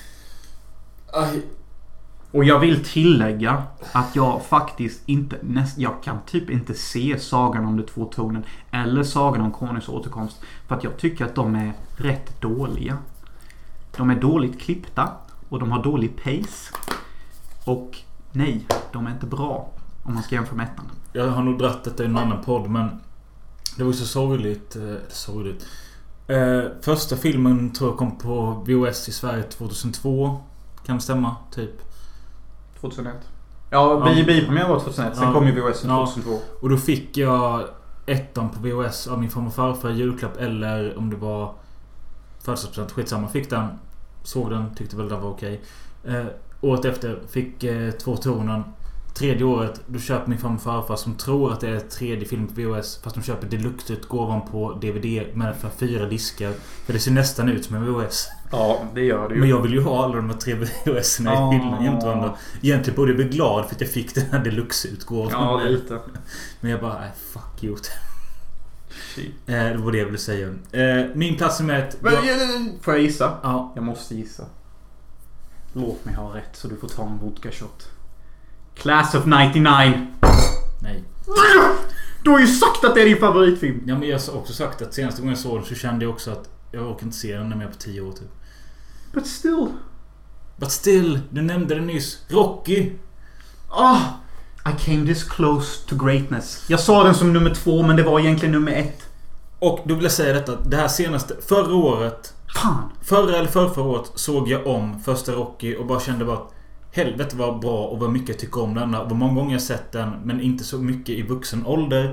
Okay. Och jag vill tillägga att jag faktiskt inte näst, jag kan typ inte se Sagan om de två tornen eller Sagan om konungens återkomst för att jag tycker att de är rätt dåliga. De är dåligt klippta och de har dålig pace. Och nej, de är inte bra om man ska jämföra med ettan. Jag har nog dratt detta i en annan podd, men det var så sorgligt. Eh, sorgligt. Eh, första filmen tror jag kom på V H S i Sverige tjugohundratvå. Kan det stämma? Typ tjugohundraett. Ja, ja. Biopremiär var tjugohundraett. Sen ja. kom ju V H S tjugohundratvå. Ja. Och då fick jag ettan på V H S av min farmor och farfar i julklapp. Eller om det var födelsedagspresent. Skitsamma. Fick den. Såg den. Tyckte väl den var okej. Eh, året efter fick eh, två tornen. Tredje året, då köper min farmor och farfar som tror att det är tredje film på V H S. Fast de köper deluxe-utgåvan på D V D med för fyra diskar. För det ser nästan ut som en V H S. Ja, det gör det ju. Men jag vill ju ha alla de här tre V H S-erna i hyllan jämte varandra. Egentligen borde jag bli glad för att jag fick den här deluxe-utgåvan. Ja, lite. Men jag bara, nej, fuck you. eh, det var det jag ville säga. Eh, min plats är ett... Men, får jag gissa? Ja. Jag måste gissa. Låt mig ha rätt så du får ta en vodka shot. Class of nittionio. Nej. Du har ju sagt att det är din favoritfilm. Ja, men jag har också sagt att senaste gången jag såg den så kände jag också att jag orkar inte se den när jag är på tio år typ. But still. But still. Du nämnde den nyss. Rocky. Ah, oh, I came this close to greatness. Jag sa den som nummer två, men det var egentligen nummer ett. Och då vill jag säga detta. Det här senaste, förra året. Fan. Förra eller förra, förra året såg jag om första Rocky och bara kände bara att helvete vad bra och vad mycket jag tycker om den. Och vad många gånger jag sett den, men inte så mycket i vuxen ålder.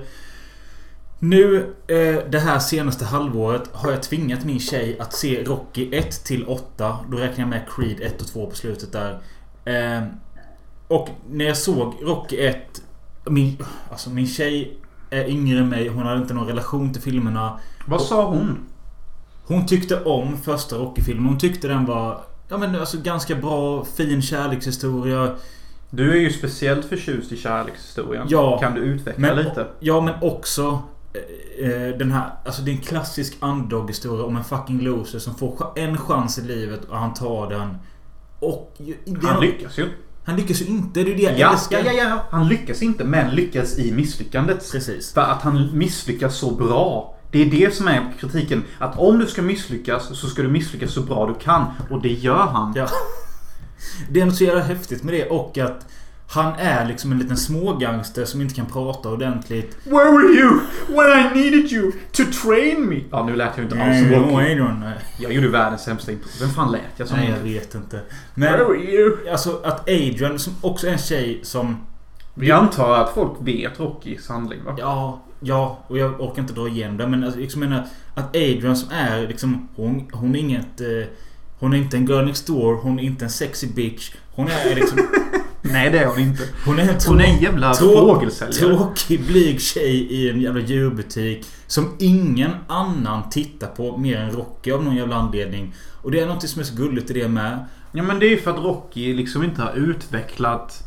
Nu, eh, det här senaste halvåret har jag tvingat min tjej att se Rocky ett till åtta. Då räknar jag med Creed ett och två på slutet där. Eh, och när jag såg Rocky ett, min, alltså min tjej är yngre än mig. Hon hade inte någon relation till filmerna. Vad sa hon? Hon tyckte om första Rocky-filmen. Hon tyckte den var, ja men alltså ganska bra, fin kärlekshistoria. Du är ju speciellt förtjust i kärlekshistorien. Ja, kan du utveckla men, lite? Ja, men också eh, den här, alltså det är en klassisk underdog-historia om en fucking loser som får en chans i livet och han tar den. Och det, han lyckas ju. Han lyckas ju inte, det är det jag ja, älskar. ja, ja, ja, han lyckas inte, men lyckas i misslyckandet. Precis. För att han misslyckas så bra. Det är det som är kritiken. Att om du ska misslyckas så ska du misslyckas så bra du kan. Och det gör han. Ja. Det är något så jävla häftigt med det. Och att han är liksom en liten smågangster som inte kan prata ordentligt. Where were you when I needed you to train me? Ja, nu lät jag inte alls som Rocky. Jag gjorde världens sämsta intro. Vem fan lät jag som? Nej, jag vet inte. Men Where were you? Alltså att Adrian, som också är en tjej som... Vi antar att folk vet Rockys handling, va? Ja, ja, och jag orkar inte dra igen det. Men alltså, liksom menar att Adrian som är liksom... Hon, hon är inget... Eh, hon är inte en girl next door. Hon är inte en sexy bitch. Hon är liksom... Nej, det är hon inte. Hon är en, hon är en jävla fågelsäljare. Tråkig, blyg tjej i en jävla djurbutik som ingen annan tittar på mer än Rocky av någon jävla anledning. Och det är något som är så gulligt i det med. Ja, men det är ju för att Rocky liksom inte har utvecklat...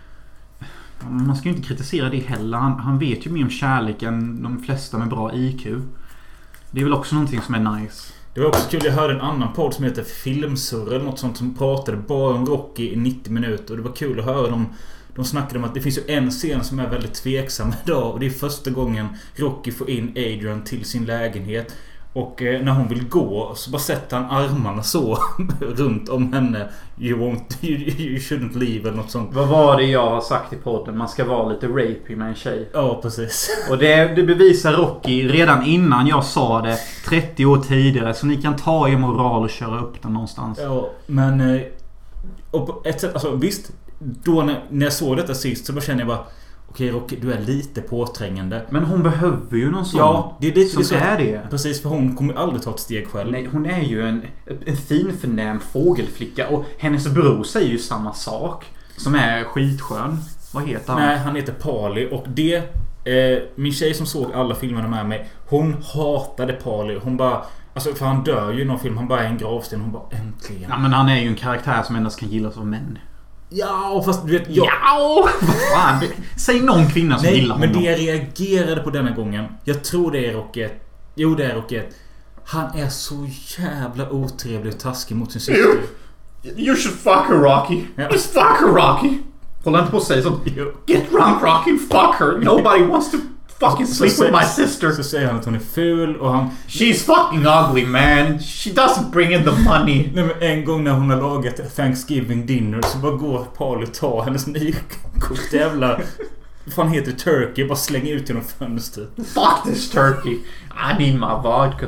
Man ska ju inte kritisera det heller. Han, han vet ju mer om kärlek än de flesta med bra I Q. Det är väl också någonting som är nice. Det var också kul, jag hörde en annan podd som heter Filmsurr eller något sånt som pratade bara om Rocky i nittio minuter. Och det var kul att höra dem. De snackade om att det finns ju en scen som är väldigt tveksam idag. Och det är första gången Rocky får in Adrian till sin lägenhet. Och eh, när hon vill gå så bara sätter han armarna så runt om henne. You won't, you, you shouldn't leave eller något sånt. Vad var det jag har sagt i podden? Man ska vara lite rapey med en tjej. Ja, precis. Och det, det bevisar Rocky redan innan jag sa det trettio år tidigare. Så ni kan ta er moral och köra upp den någonstans. Ja, men eh, och på ett sätt, alltså visst, då när, när jag såg detta sist så bara kände jag bara okej Rocky, du är lite påträngande. Men hon behöver ju någon sån. Ja, det är det som det är, är det. Precis, för hon kommer aldrig ta ett steg själv. Nej, hon är ju en, en fin förnäm fågelflicka. Och hennes bror säger ju samma sak. Som är skitskön. Vad heter han? Nej, han heter Pali. Och det eh, min tjej som såg alla filmerna med mig, hon hatade Pali. Hon bara, alltså för han dör ju i någon film. Han bara är en gravsten. Hon bara, äntligen. Ja, men han är ju en karaktär som endast kan gillas av män. Ja, fast du vet jag... Ja! Fan, säg någon kvinna som Nej, gillar honom. men det jag reagerade på denna gången, jag tror det är Rocky. Jo, det är Rocky. Han är så jävla otrevlig och taskig mot sin syster. You, you should fuck her, Rocky. Ja. Just fuck her, Rocky. Håll inte på att säga sånt. Get drunk, Rocky, and fuck her. Nobody wants to fucking sleep så, with my sister. Så säger han att hon är ful och han... She's fucking ugly, man. She doesn't bring in the money. Nej, men en gång när hon har lagat Thanksgiving dinner så bara går Paul och tar hennes nykokta jävla... Vad fan heter turkey? Bara slänger ut genom fönstret. Fuck this turkey. I need my vodka.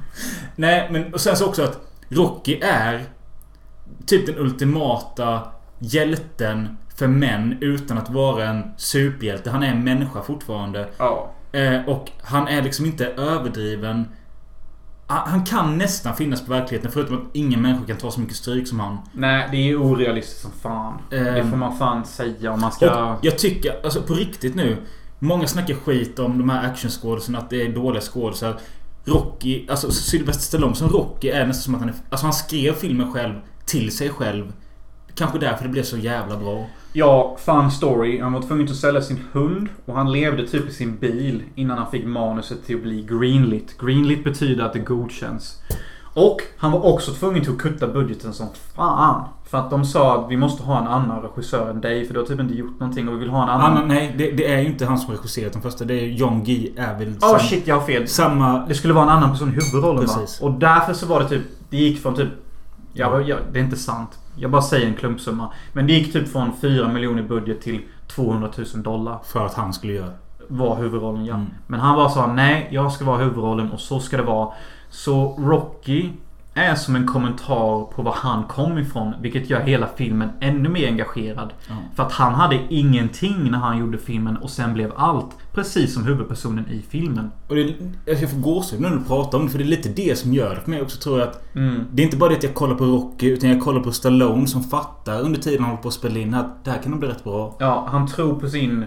Nej, men och sen så också att Rocky är typ den ultimata hjälten för män utan att vara en superhjälte. Han är en människa fortfarande. Ja. Eh, och han är liksom inte överdriven. Han kan nästan finnas på verkligheten, förutom att ingen människa kan ta så mycket stryk som han. Nej, det är ju orealistiskt som fan. Um, det får man fan säga om man ska... Och jag tycker, alltså på riktigt nu, många snackar skit om de här actionskådesarna, att det är dåliga skådespelare. Rocky, alltså Sylvester Stallone som Rocky är nästan som att han är, alltså han skrev filmen själv till sig själv. Kanske därför det blev så jävla bra. Ja, fun story. Han var tvungen att sälja sin hund och han levde typ i sin bil innan han fick manuset till att bli greenlit. Greenlit betyder att det godkänns. Och han var också tvungen till att kutta budgeten som fan. För att de sa att vi måste ha en annan regissör än dig, för du har typ inte gjort någonting och vi vill ha en annan. Anna, nej, det, det är ju inte han som regisserat den första. Det är John G. Avildsen. Åh oh, shit, jag har fel. Samma... Det skulle vara en annan person i huvudrollen. Precis. Va? Och därför så var det typ, det gick från typ, ja, ja, det är inte sant. Jag bara säger en klumpsumma. Men det gick typ från fyra miljoner budget till tvåhundratusen dollar. För att han skulle göra. Var huvudrollen, ja. Mm. Men han bara sa, nej, jag ska vara huvudrollen och så ska det vara. Så Rocky är som en kommentar på var han kom ifrån, vilket gör hela filmen ännu mer engagerad. Mm. För att han hade ingenting när han gjorde filmen och sen blev allt, precis som huvudpersonen i filmen. Och det, jag får gåshud när du pratar om det, för det är lite det som gör det för mig också, tror jag att mm. det är inte bara det att jag kollar på Rocky, utan jag kollar på Stallone som fattar under tiden han håller på att spela in att det här kan nog bli rätt bra. Ja, han tror på sin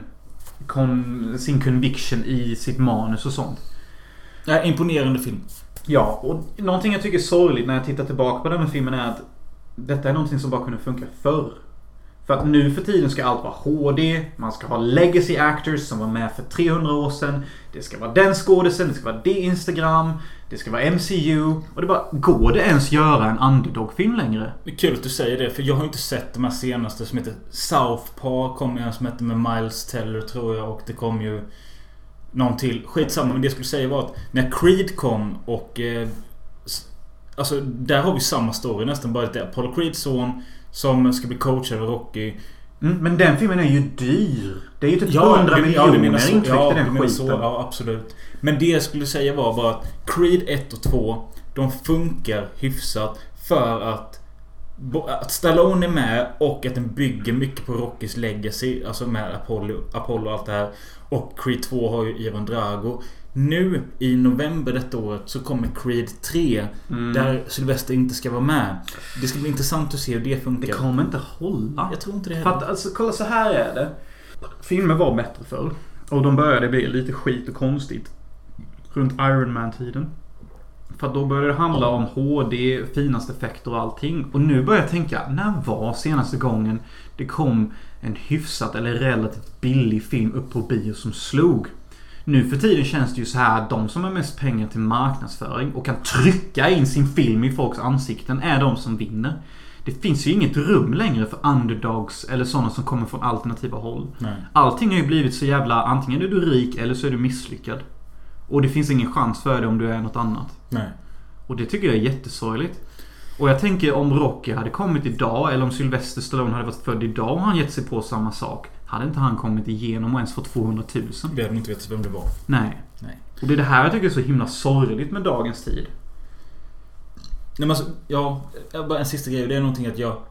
kon, sin conviction i sitt manus och sånt. Ja, imponerande film. Ja, och någonting jag tycker är sorgligt när jag tittar tillbaka på den här filmen är att detta är någonting som bara kunde funka förr. För att nu för tiden ska allt vara H D. Man ska ha legacy actors som var med för trehundra år sedan. Det ska vara den skådisen, det ska vara det Instagram, det ska vara M C U. Och det bara, går det ens göra en underdog-film längre? Det är kul att du säger det, för jag har inte sett de här senaste som heter Southpaw. Kom en som heter med Miles Teller, tror jag. Och det kom ju någon till. Skitsamma, men det jag skulle säga var att när Creed kom och eh, alltså där har vi samma story nästan, bara att det är Apollo Creeds son som ska bli coach över Rocky. Mm, men den filmen är ju dyr. Det är ju typ ja, hundra det, miljoner ja, det så, intryck ja, i den skiten. Så, ja, absolut. Men det jag skulle säga var bara att Creed ett och två, de funkar hyfsat för att att Stallone är med och att den bygger mycket på Rockys legacy, alltså med Apollo, Apollo och allt det här. Och Creed två har ju Ivan Drago. Nu i november detta året så kommer Creed tre mm. där Sylvester inte ska vara med. Det ska bli intressant att se hur det funkar. Det kommer inte hålla. Jag tror inte det. För att, alltså, kolla, så här är det. Filmer var bättre förr. Och de började bli lite skit och konstigt runt Iron Man-tiden. För att då började det handla om H D, finaste effekter och allting. Och nu börjar jag tänka, när var senaste gången det kom en hyfsat eller relativt billig film upp på bio som slog? Nu för tiden känns det ju så här att de som har mest pengar till marknadsföring och kan trycka in sin film i folks ansikten är de som vinner. Det finns ju inget rum längre för underdogs eller sådana som kommer från alternativa håll. Nej. Allting har ju blivit så jävla, antingen är du rik eller så är du misslyckad. Och det finns ingen chans för dig om du är något annat. Nej. Och det tycker jag är jättesorgligt. Och jag tänker om Rocky hade kommit idag, eller om Sylvester Stallone hade varit född idag och han gett sig på samma sak, hade inte han kommit igenom och ens fått tvåhundratusen. Vi hade inte vetat vem det var. Nej. Nej. Och det är det här jag tycker är så himla sorgligt med dagens tid. Nej, men alltså, ja, bara en sista grej. Det är någonting att jag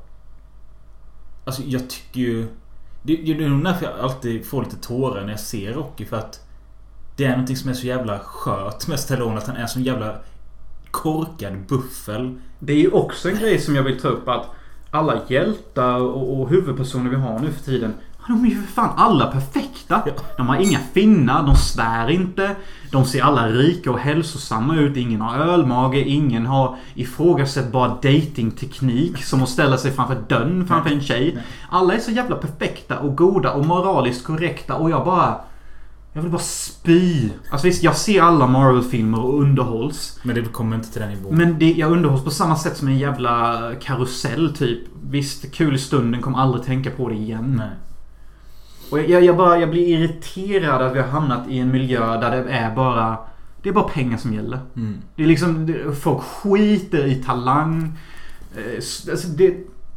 alltså jag tycker ju det, det är nog därför jag alltid får lite tårar när jag ser Rocky, för att det är någonting som är så jävla skört med Stallone, att han är så jävla korkad buffel. Det är ju också en grej som jag vill ta upp, att alla hjältar och, och huvudpersoner vi har nu för tiden, de är ju för fan alla perfekta. Ja. De har inga finnar, de svär inte. De ser alla rika och hälsosamma ut. Ingen har ölmage, ingen har ifrågasatt bara datingteknik som att ställa sig framför dörren framför en tjej. Alla är så jävla perfekta och goda och moraliskt korrekta, och jag bara jag vill bara spy. Alltså visst, jag ser alla Marvel-filmer och underhålls. Men det kommer inte till den nivån. Men det, jag underhålls på samma sätt som en jävla karusell typ. Visst, kul i stunden, kommer aldrig tänka på det igen. Nej. Och jag, jag, bara, jag blir irriterad att vi har hamnat i en miljö där det är bara det är bara pengar som gäller. Mm. Det är liksom det, folk skiter i talang. Alltså det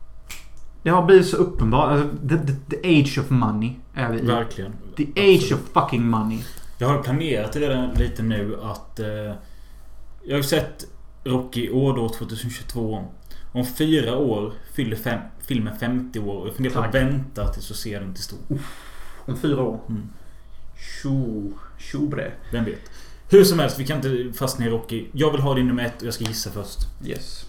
Det har blivit så uppenbart. Alltså, the, the, the age of money är vi i. Verkligen. The age Absolut. of fucking money. Jag har planerat redan lite nu att eh, jag har sett Rocky år då tjugohundratjugotvå. Om fyra år fyller fem, filmen femtio år. Och jag funderar på att vänta tills så ser den till stor. Om fyra år. Mm. Tjo, tjobre. Vem vet. Hur som helst, vi kan inte fastna i Rocky. Jag vill ha din nummer ett och jag ska gissa först. Yes.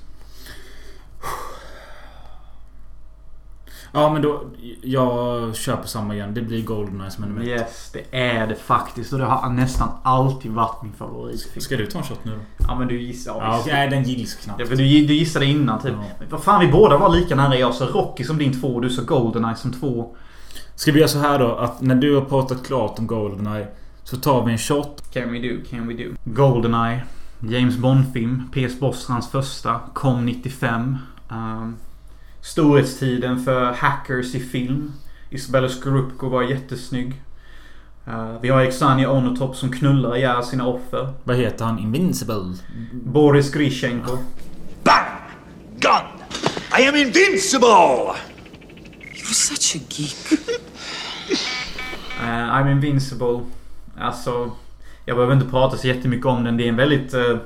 Ja, men då jag kör på samma igen. Det blir GoldenEye som är nummer ett. Yes, det är det faktiskt. Och det har nästan alltid varit min favorit. Ska du ta en shot nu då? Ja, men du gissar. Ja, ja, nej, den gills knappt. Ja, för du, du gissade innan typ. Ja. Men vad fan, vi båda var lika nära. Jag så Rocky som din två och du så GoldenEye som två. Ska vi göra så här då, att när du har pratat klart om GoldenEye så tar vi en shot. Can we do, can we do. GoldenEye, James Bond-film. P S Brosnans första. Kom nittiofem. Um, storhetstiden för hackers i film. Isabella Scorupco var jättesnygg. Uh, vi har Alexander Onotop som knullar ihjäl sina offer. Vad heter han? Invincible? Boris Grishenko. Bang! Gun! I am invincible! You're such a geek. uh, I'm invincible. Alltså, jag behöver inte prata så jättemycket om den. Det är en väldigt uh,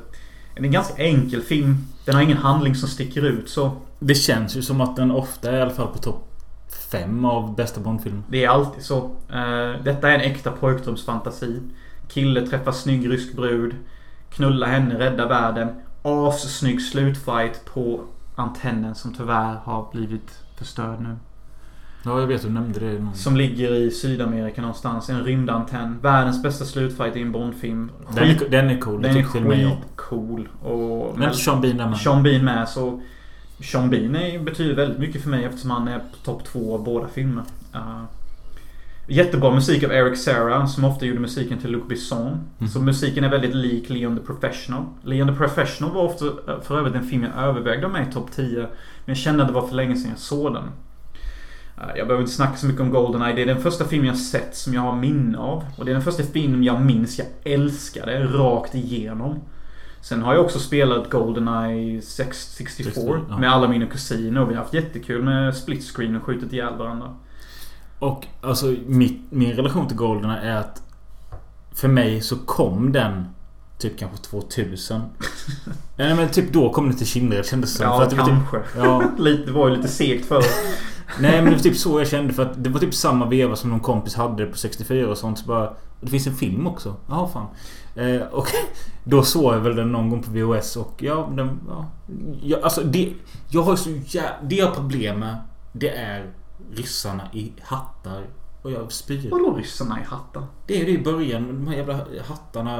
Det är en ganska enkel film. Den har ingen handling som sticker ut så. Det känns ju som att den ofta är i alla fall på topp fem av bästa Bondfilm. Det är alltid så. Uh, detta är en äkta pojkdrömsfantasi. Kille träffar snygg rysk brud. Knulla henne, rädda världen. Assnygg slutfight på antennen som tyvärr har blivit förstörd nu. Ja, jag vet, du nämnde det. Som ligger i Sydamerika någonstans. En rymdantenn. Världens bästa slutfight i en Bondfilm. Den är, den är cool. Den är skitcool. Och men Sean Bean där med. Sean Bean med. Så Sean Bean är, betyder väldigt mycket för mig eftersom han är på topp två av båda filmer. Uh, jättebra musik av Eric Serra som ofta gjorde musiken till Luc Besson. Mm. Så musiken är väldigt lik Leon the Professional. Leon the Professional var ofta för övrigt en film jag övervägde om mig i topp tio. Men jag kände att det var för länge sedan jag såg den. Jag behöver inte snacka så mycket om GoldenEye. Det är den första film jag sett som jag har minne av. Och det är den första film jag minns jag älskade rakt igenom. Sen har jag också spelat GoldenEye sextiofyra ja. Med alla mina kusiner. Och vi har haft jättekul med split screen och skjutit ihjäl varandra. Och alltså mitt, min relation till GoldenEye är att för mig så kom den typ kanske tvåtusen. Ja, men typ då kom det till Kindred, kändes så. Ja, för att det kanske. Var typ, ja. lite, det var ju lite segt för. Nej, men det var typ så jag kände. För att det var typ samma veva som någon kompis hade på sextiofyra och sånt. Så bara, det finns en film också. Ja, fan. Eh, och då såg jag väl den någon gång på V H S. Och ja, den, ja, ja alltså det, jag har så jä- det jag har problem med, det är ryssarna i hattar. Och jag spyr. Vadå ryssarna i hattar? Det är det i början. De här jävla hattarna.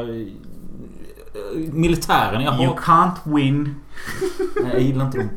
Militären. Jag har... You can't win. Nej, jag gillar inte dem.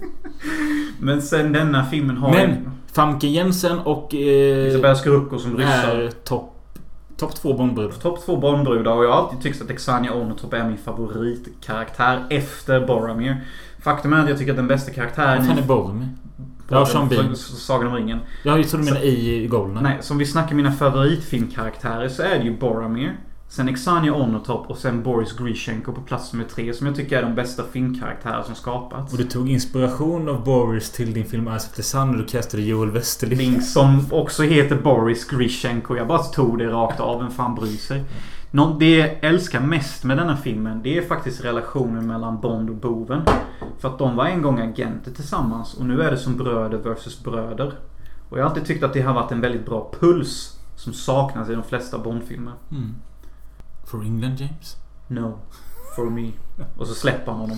Men sen denna filmen har... Men Famke Jensen och... Eh, Isabella Scorupco som ryssar. Är topp top två Bondbrudar. Topp två Bondbrudar. Och jag har alltid tyckt att Exania Onatopp är min favoritkaraktär efter Boromir. Faktum är att jag tycker att den bästa karaktären... Vad fan är Boromir? Ja, Sean Bean. Sagan om ringen. Jag tror du menar i Golden. Nej, som vi snackar mina favoritfilmkaraktärer så är det ju Boromir. Sen Exania Onatopp och sen Boris Grishenko på plats nummer tre som jag tycker är de bästa filmkaraktärer som skapats. Och du tog inspiration av Boris till din film Eyes of the Sun och du kastade Joel Westerling. Som också heter Boris Grishenko. Jag bara tog det rakt av, vem fan bryr sig. Nå, det jag älskar mest med denna filmen, det är faktiskt relationen mellan Bond och boven. För att de var en gång agenter tillsammans och nu är det som bröder versus bröder. Och jag har alltid tyckt att det har varit en väldigt bra puls som saknas i de flesta Bond-filmer. Mm. For England, James? No, for me. Och så släpper han honom.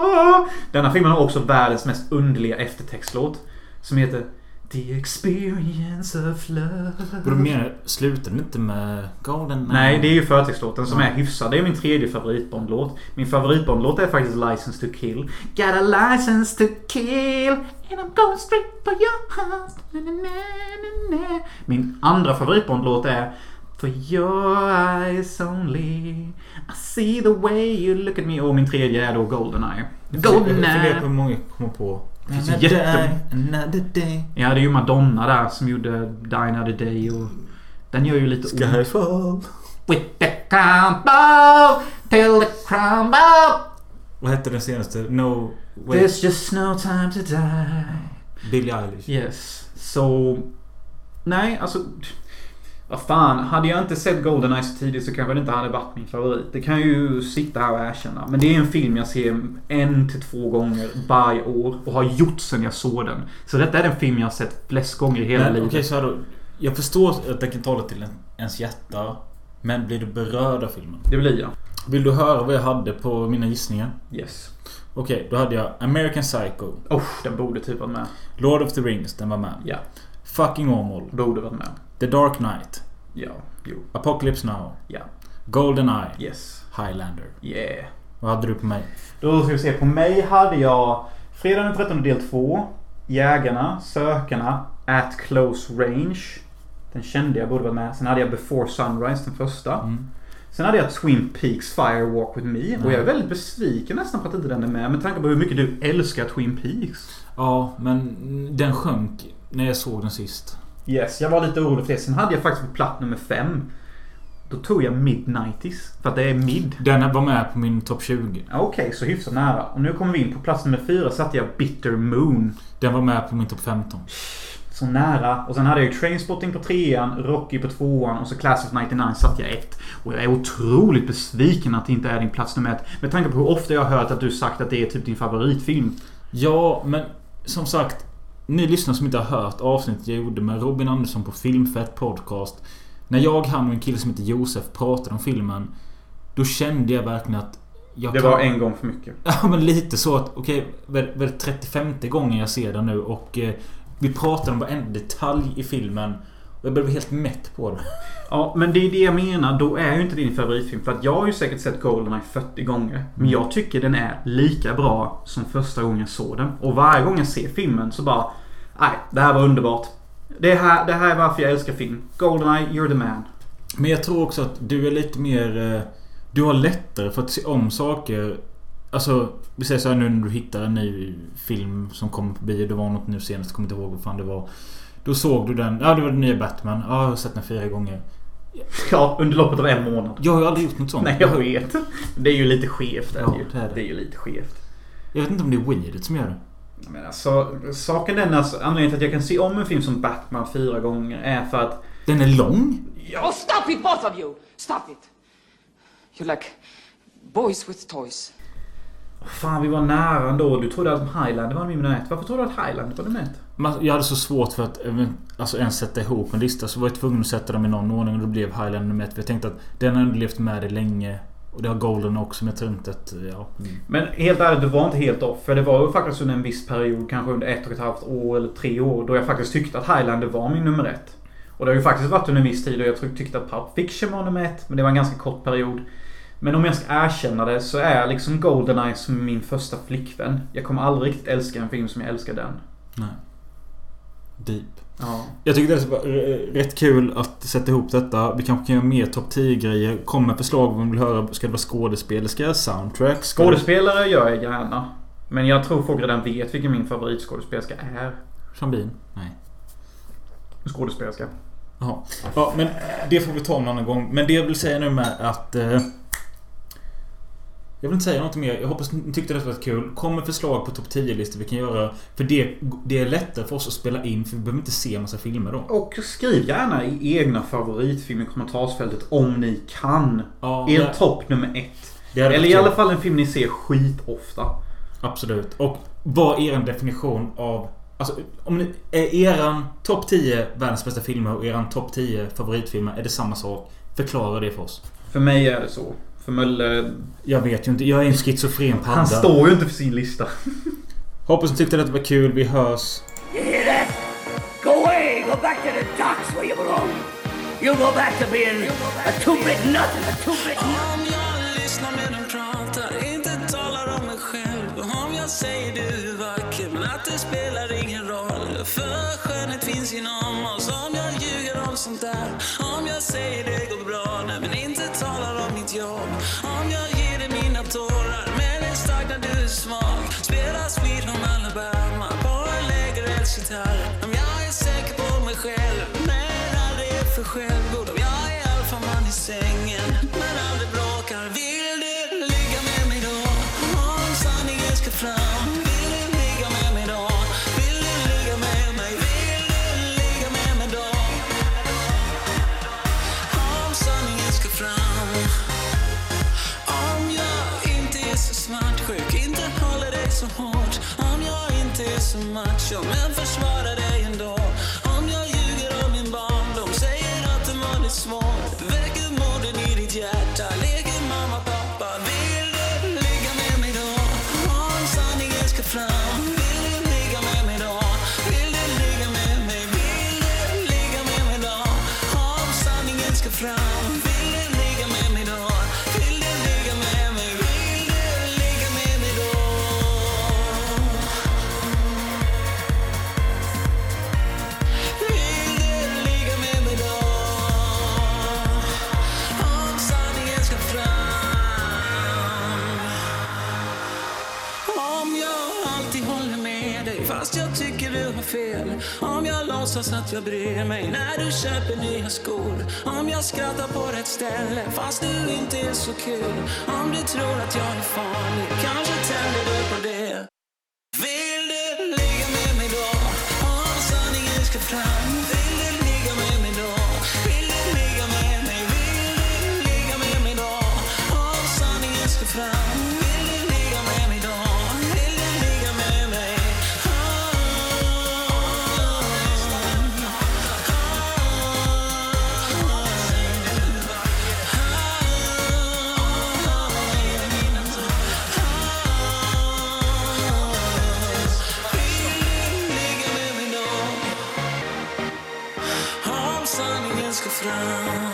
Denna filmen har också världens mest underliga eftertextlåt som heter The Experience of Love. Och du menar, slutar den inte med Golden? Nej, det är ju förtextlåten som är hyfsad. Det är min tredje favoritbondlåt. Min favoritbondlåt är faktiskt License to Kill. Got a license to kill and I'm going straight for your heart. Na, na, na, na. Min andra favoritbondlåt är For your eyes only I see the way you look at me. Och min tredje är då GoldenEye. GoldenEye. Jag funderar på hur många kommer på. Another day, another day. Ja, det är ju Madonna där som gjorde Die Another Day. Och den gör ju lite Skyfall With the crown bow till the crown bow. Vad hette den senaste? No way. There's just no time to die. Billie Eilish. Yes. Så nej, alltså vad fan, hade jag inte sett GoldenEye så tidigt så kanske det inte hade varit min favorit. Det kan jag ju sitta här och erkänna. Men det är en film jag ser en till två gånger varje år och har gjort sen jag såg den. Så detta är den film jag har sett flest gånger i hela men, livet. Okej, så här då. Jag förstår att det kan tala till ens hjärta. Men blir du berörd av filmen? Det blir jag. Vill du höra vad jag hade på mina gissningar? Yes. Okej, då hade jag American Psycho. Oh, den borde typ vara med. Lord of the Rings, den var med. Ja. Fucking Åmål. Borde vara med. The Dark Knight. Ja, jo. Apocalypse Now. Ja. GoldenEye. Yes. Highlander. Yeah. Vad hade du på mig? Då ska vi se. På mig hade jag Fredag den trettonde del två. Jägarna, Sökarna, At Close Range. Den kände jag borde vara med. Sen hade jag Before Sunrise, den första. Mm. Sen hade jag Twin Peaks Fire Walk With Me. Och jag är väldigt besviken nästan på att inte den är med. Med tanke på hur mycket du älskar Twin Peaks. Ja, men den sjönk när jag såg den sist. Yes, jag var lite orolig för det. Sen hade jag faktiskt på plats nummer fem. Då tog jag Mid-nineties. För att det är mid. Den var med på min topp tjugo. Okej, okay, så hyfsat nära. Och nu kommer vi in på plats nummer fyra. Satte jag Bitter Moon. Den var med på min topp femton. så nära. Och sen hade jag ju Trainspotting på trean, Rocky på tvåan och så Class of nittionio satt jag ett. Och jag är otroligt besviken att det inte är din plats nummer ett. Med tanke på hur ofta jag har hört att du sagt att det är typ din favoritfilm. Ja, men som sagt, ni lyssnare som inte har hört avsnittet jag gjorde med Robin Andersson på Filmfett podcast. När jag, han och en kille som heter Josef pratade om filmen, då kände jag verkligen att jag det kan... var en gång för mycket. Ja, men lite så att okej, okay, väl trettiofemte gången jag ser den nu. Och eh, vi pratar om varenda detalj i filmen. Och jag blev helt mätt på det. Ja, men det är det jag menar. Då är ju inte din favoritfilm. För att jag har ju säkert sett GoldenEye fyrtio gånger. Men jag tycker den är lika bra som första gången jag såg den. Och varje gång jag ser filmen så bara, nej, det här var underbart. Det här, det här är varför jag älskar film. GoldenEye, you're the man. Men jag tror också att du är lite mer... Eh, du har lättare för att se om saker. Alltså, vi säger så här nu när du hittar en ny film som kommer på bio. Det var något nu senast, jag kommer inte ihåg vad fan det var. Då såg du den. Ja, det var den nya Batman. Ja, jag har sett den fyra gånger. Ja, under loppet av en månad. Jag har ju aldrig gjort något sånt. Nej, jag vet. Det är ju lite skevt. Ja, ju. det är det. Det är ju lite skevt. Jag vet inte om det är weirdet som gör det. Men alltså, saken är alltså, anledningen till att jag kan se om en film som Batman fyra gånger är för att... Den är lång? Oh, stop it, both of you! Stop it! You're like boys with toys. Fan, vi var nära ändå. Du trodde att Highlander var nummer ett. Varför trodde du att Highlander var nummer ett? Jag hade så svårt för att alltså, ens sätta ihop en lista. Så var jag tvungen att sätta dem i någon ordning. Och då blev Highlander nummer ett. För jag tänkte att den har levt med det länge. Och det har Golden också. Men jag tror inte att... Ja. Mm. Men helt ärligt, du var inte helt off. För det var ju faktiskt under en viss period. Kanske under ett och ett halvt år eller tre år. Då jag faktiskt tyckte att Highlander var min nummer ett. Och det har ju faktiskt varit under en viss tid. Och jag tyckte att Pulp Fiction var nummer ett. Men det var en ganska kort period. Men om jag ska erkänna det så är liksom GoldenEye som min första flickvän. Jag kommer aldrig riktigt älska en film som jag älskar den. Nej. Deep. Ja. Jag tycker det var rätt kul att sätta ihop detta. Vi kanske kan göra mer topp tio grejer. Kom med förslag om vi vill höra. Ska det vara skådespelare? Ska jag soundtrack? Ska skådespelare det... gör jag gärna. Men jag tror folk redan vet vilken min favoritskådespelerska är. Sean Bean? Nej. Skådespelerska. Jaha. Ja, men det får vi ta en annan gång. Men det jag vill säga nu med att... Eh, jag vill inte säga något mer. Jag hoppas ni tyckte det var kul. Kom med förslag på topp tio-listor vi kan göra. För det, det är lättare för oss att spela in. För vi behöver inte se en massa filmer då. Och skriv gärna i egna favoritfilmer i kommentarsfältet om ni kan. Ja, er det... topp nummer ett. Eller i alla fall en film ni ser skit ofta. Absolut. Och vad är en definition av... Alltså, om ni är eran topp tio världens bästa filmer och eran topp tio favoritfilmer, är det samma sak? Förklara det för oss. För mig är det så. För Mölle... Jag vet ju inte. Jag är en schizofren padda. Han står ju inte för sin lista. Hoppas ni tyckte att det var kul. Vi hörs. You hear that? Go away. Go back to the docks where you belong. You go back to being a two-bit nut. A two-bit nut. Om jag lyssnar med dem pratar, inte talar om mig själv. Om jag säger du är vacker, men att det spelar ingen roll. För skönhet finns inom oss. Om jag ljuger om sånt där. Om jag säger det går bra, nej, men inte talar om mitt jobb. Om jag ger dig mina tårar, men är stark när du är svag. Spelar Sweet Home Alabama på en lägereldsgitarr. Om jag är säker på mig själv, men aldrig är för självgod. Om jag är alfaman i sängen, men aldrig bråkar. Vill du ligga med mig då? Om sanningen ska fram. Vill du ligga med mig då? Vill du ligga med mig? Vill du ligga med mig då? Om sanningen ska fram. Om jag inte är så svartsjuk, inte håller dig så hårt. Om jag inte är så macho, men försvarar dig ändå. Om jag ljuger om min barndom, säger att det var det svårt. Väcker morden i ditt hjärta, leker mamma, pappa. Vill du ligga med mig då? Om sanningen ska fram. Vill du ligga med mig då? Vill du ligga med mig? Vill du ligga med mig då? Om sanningen ska fram. Vill du ligga med mig då? Vill du ligga med mig? Vill du ligga med mig då? Vill du ligga med mig då? Om sanningen ska fram. Om jag alltid håller med dig fast jag tycker du har fel. Om jag låtsas att jag bryr mig när du köper nya skor. Om jag skrattar på rätt ställe fast du inte är så kul. Om du tror att jag är farlig, kanske tänder du på det. Vill du ligga med mig då? Om sanningen ska fram. fram.